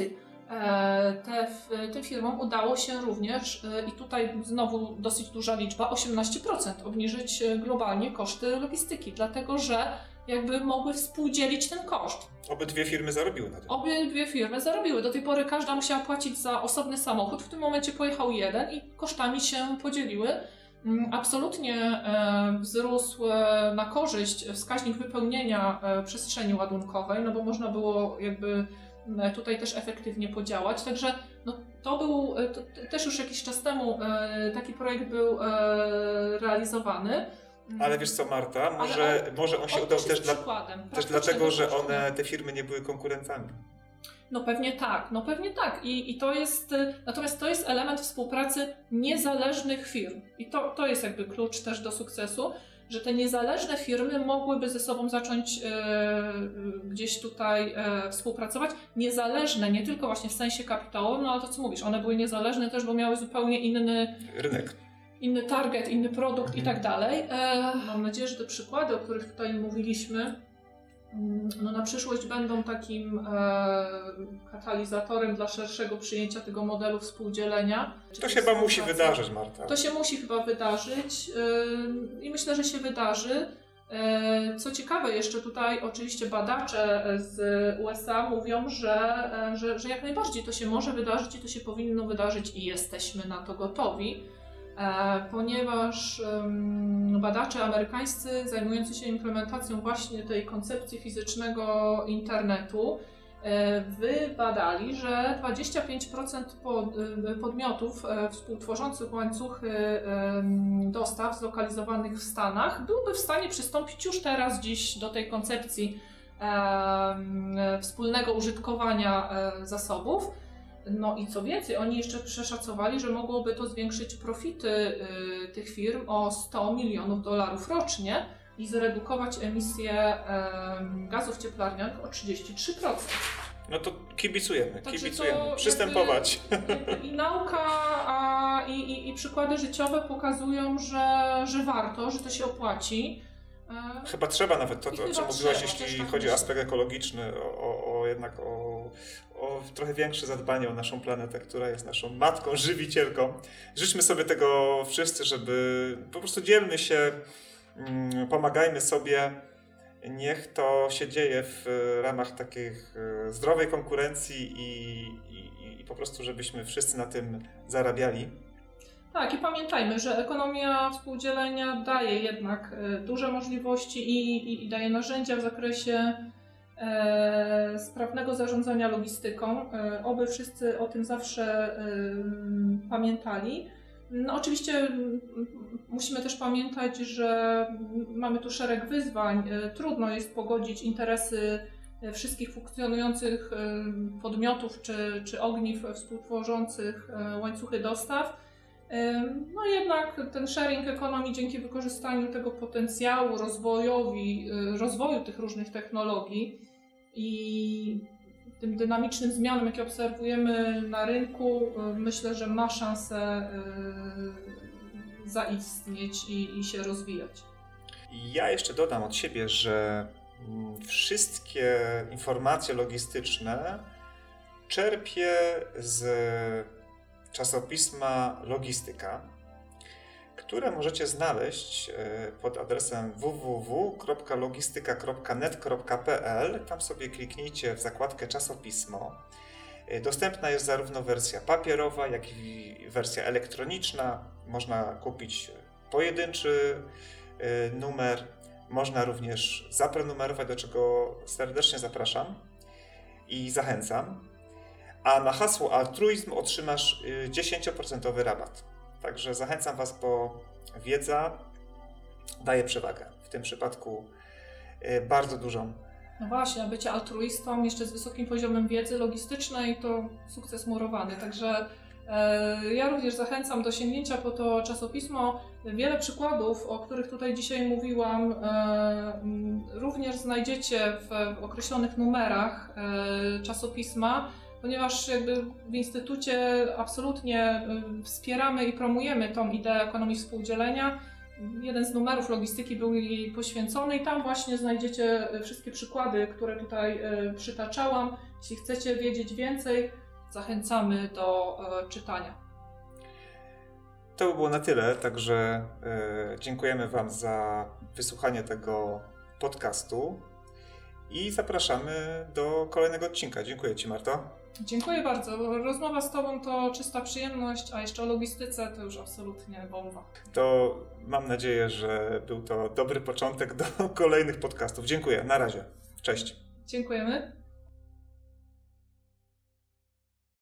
Te, tym firmom udało się również, i tutaj znowu dosyć duża liczba, osiemnaście procent obniżyć globalnie koszty logistyki, dlatego że jakby mogły współdzielić ten koszt. Obydwie firmy zarobiły na tym. Obydwie firmy zarobiły. Do tej pory każda musiała płacić za osobny samochód, w tym momencie pojechał jeden i kosztami się podzieliły. Absolutnie wzrósł na korzyść wskaźnik wypełnienia przestrzeni ładunkowej, no bo można było jakby tutaj też efektywnie podziałać. Także no, to był to, też już jakiś czas temu taki projekt był realizowany. Ale wiesz co, Marta, może, on, może on się on udał też, też, dla, też dlatego, że one, te firmy nie były konkurentami. No pewnie tak, no pewnie tak. I, i to jest, natomiast to jest element współpracy niezależnych firm. I to, to jest jakby klucz też do sukcesu, że te niezależne firmy mogłyby ze sobą zacząć e, gdzieś tutaj e, współpracować. Niezależne nie tylko właśnie w sensie kapitałowym, no ale to co mówisz, one były niezależne też, bo miały zupełnie inny rynek. Inny target, inny produkt i tak dalej. E, mam nadzieję, że te przykłady, o których tutaj mówiliśmy, no na przyszłość będą takim e, katalizatorem dla szerszego przyjęcia tego modelu współdzielenia. To się chyba musi wydarzyć, Marta. To się musi chyba wydarzyć e, i myślę, że się wydarzy. E, co ciekawe, jeszcze tutaj oczywiście badacze z U S A mówią, że, e, że, że jak najbardziej to się może wydarzyć i to się powinno wydarzyć i jesteśmy na to gotowi. Ponieważ badacze amerykańscy zajmujący się implementacją właśnie tej koncepcji fizycznego internetu wybadali, że dwadzieścia pięć procent podmiotów współtworzących łańcuchy dostaw zlokalizowanych w Stanach byłby w stanie przystąpić już teraz dziś do tej koncepcji wspólnego użytkowania zasobów. No i co więcej, oni jeszcze przeszacowali, że mogłoby to zwiększyć profity y, tych firm o sto milionów dolarów rocznie i zredukować emisję y, gazów cieplarnianych o trzydzieści trzy procent. No to kibicujemy, Także kibicujemy, to przystępować. Jakby, jakby I nauka, a, i, i, i przykłady życiowe pokazują, że, że warto, że to się opłaci. Chyba trzeba nawet to, to o czym mówiłaś, jeśli tak chodzi o aspekt ekologiczny, o, o, o jednak o, o trochę większe zadbanie o naszą planetę, która jest naszą matką, żywicielką. Życzmy sobie tego wszyscy, żeby po prostu dzielmy się, pomagajmy sobie. Niech to się dzieje w ramach takich zdrowej konkurencji i, i, i po prostu, żebyśmy wszyscy na tym zarabiali. Tak, i pamiętajmy, że ekonomia współdzielenia daje jednak duże możliwości i, i, i daje narzędzia w zakresie e, sprawnego zarządzania logistyką. E, oby wszyscy o tym zawsze e, pamiętali. No, oczywiście musimy też pamiętać, że mamy tu szereg wyzwań. E, trudno jest pogodzić interesy wszystkich funkcjonujących podmiotów czy, czy ogniw współtworzących łańcuchy dostaw. No jednak ten sharing economy dzięki wykorzystaniu tego potencjału rozwojowi, rozwoju tych różnych technologii i tym dynamicznym zmianom, jakie obserwujemy na rynku, myślę, że ma szansę zaistnieć i, i się rozwijać. Ja jeszcze dodam od siebie, że wszystkie informacje logistyczne czerpię z czasopisma Logistyka, które możecie znaleźć pod adresem w w w kropka logistyka kropka net kropka p l. Tam sobie kliknijcie w zakładkę czasopismo. Dostępna jest zarówno wersja papierowa, jak i wersja elektroniczna. Można kupić pojedynczy numer, można również zaprenumerować, do czego serdecznie zapraszam i zachęcam. A na hasło altruizm otrzymasz dziesięć procent rabat. Także zachęcam Was, bo wiedza daje przewagę. W tym przypadku bardzo dużą. No właśnie, a bycie altruistą jeszcze z wysokim poziomem wiedzy logistycznej to sukces murowany. Także e, ja również zachęcam do sięgnięcia po to czasopismo. Wiele przykładów, o których tutaj dzisiaj mówiłam, e, również znajdziecie w, w określonych numerach e, czasopisma. Ponieważ jakby w Instytucie absolutnie wspieramy i promujemy tą ideę ekonomii współdzielenia. Jeden z numerów logistyki był jej poświęcony i tam właśnie znajdziecie wszystkie przykłady, które tutaj przytaczałam. Jeśli chcecie wiedzieć więcej, zachęcamy do e, czytania. To by było na tyle, także e, dziękujemy Wam za wysłuchanie tego podcastu i zapraszamy do kolejnego odcinka. Dziękuję Ci, Marto. Dziękuję bardzo. Rozmowa z Tobą to czysta przyjemność, a jeszcze o logistyce to już absolutnie bomba. To mam nadzieję, że był to dobry początek do kolejnych podcastów. Dziękuję. Na razie. Cześć. Dziękujemy.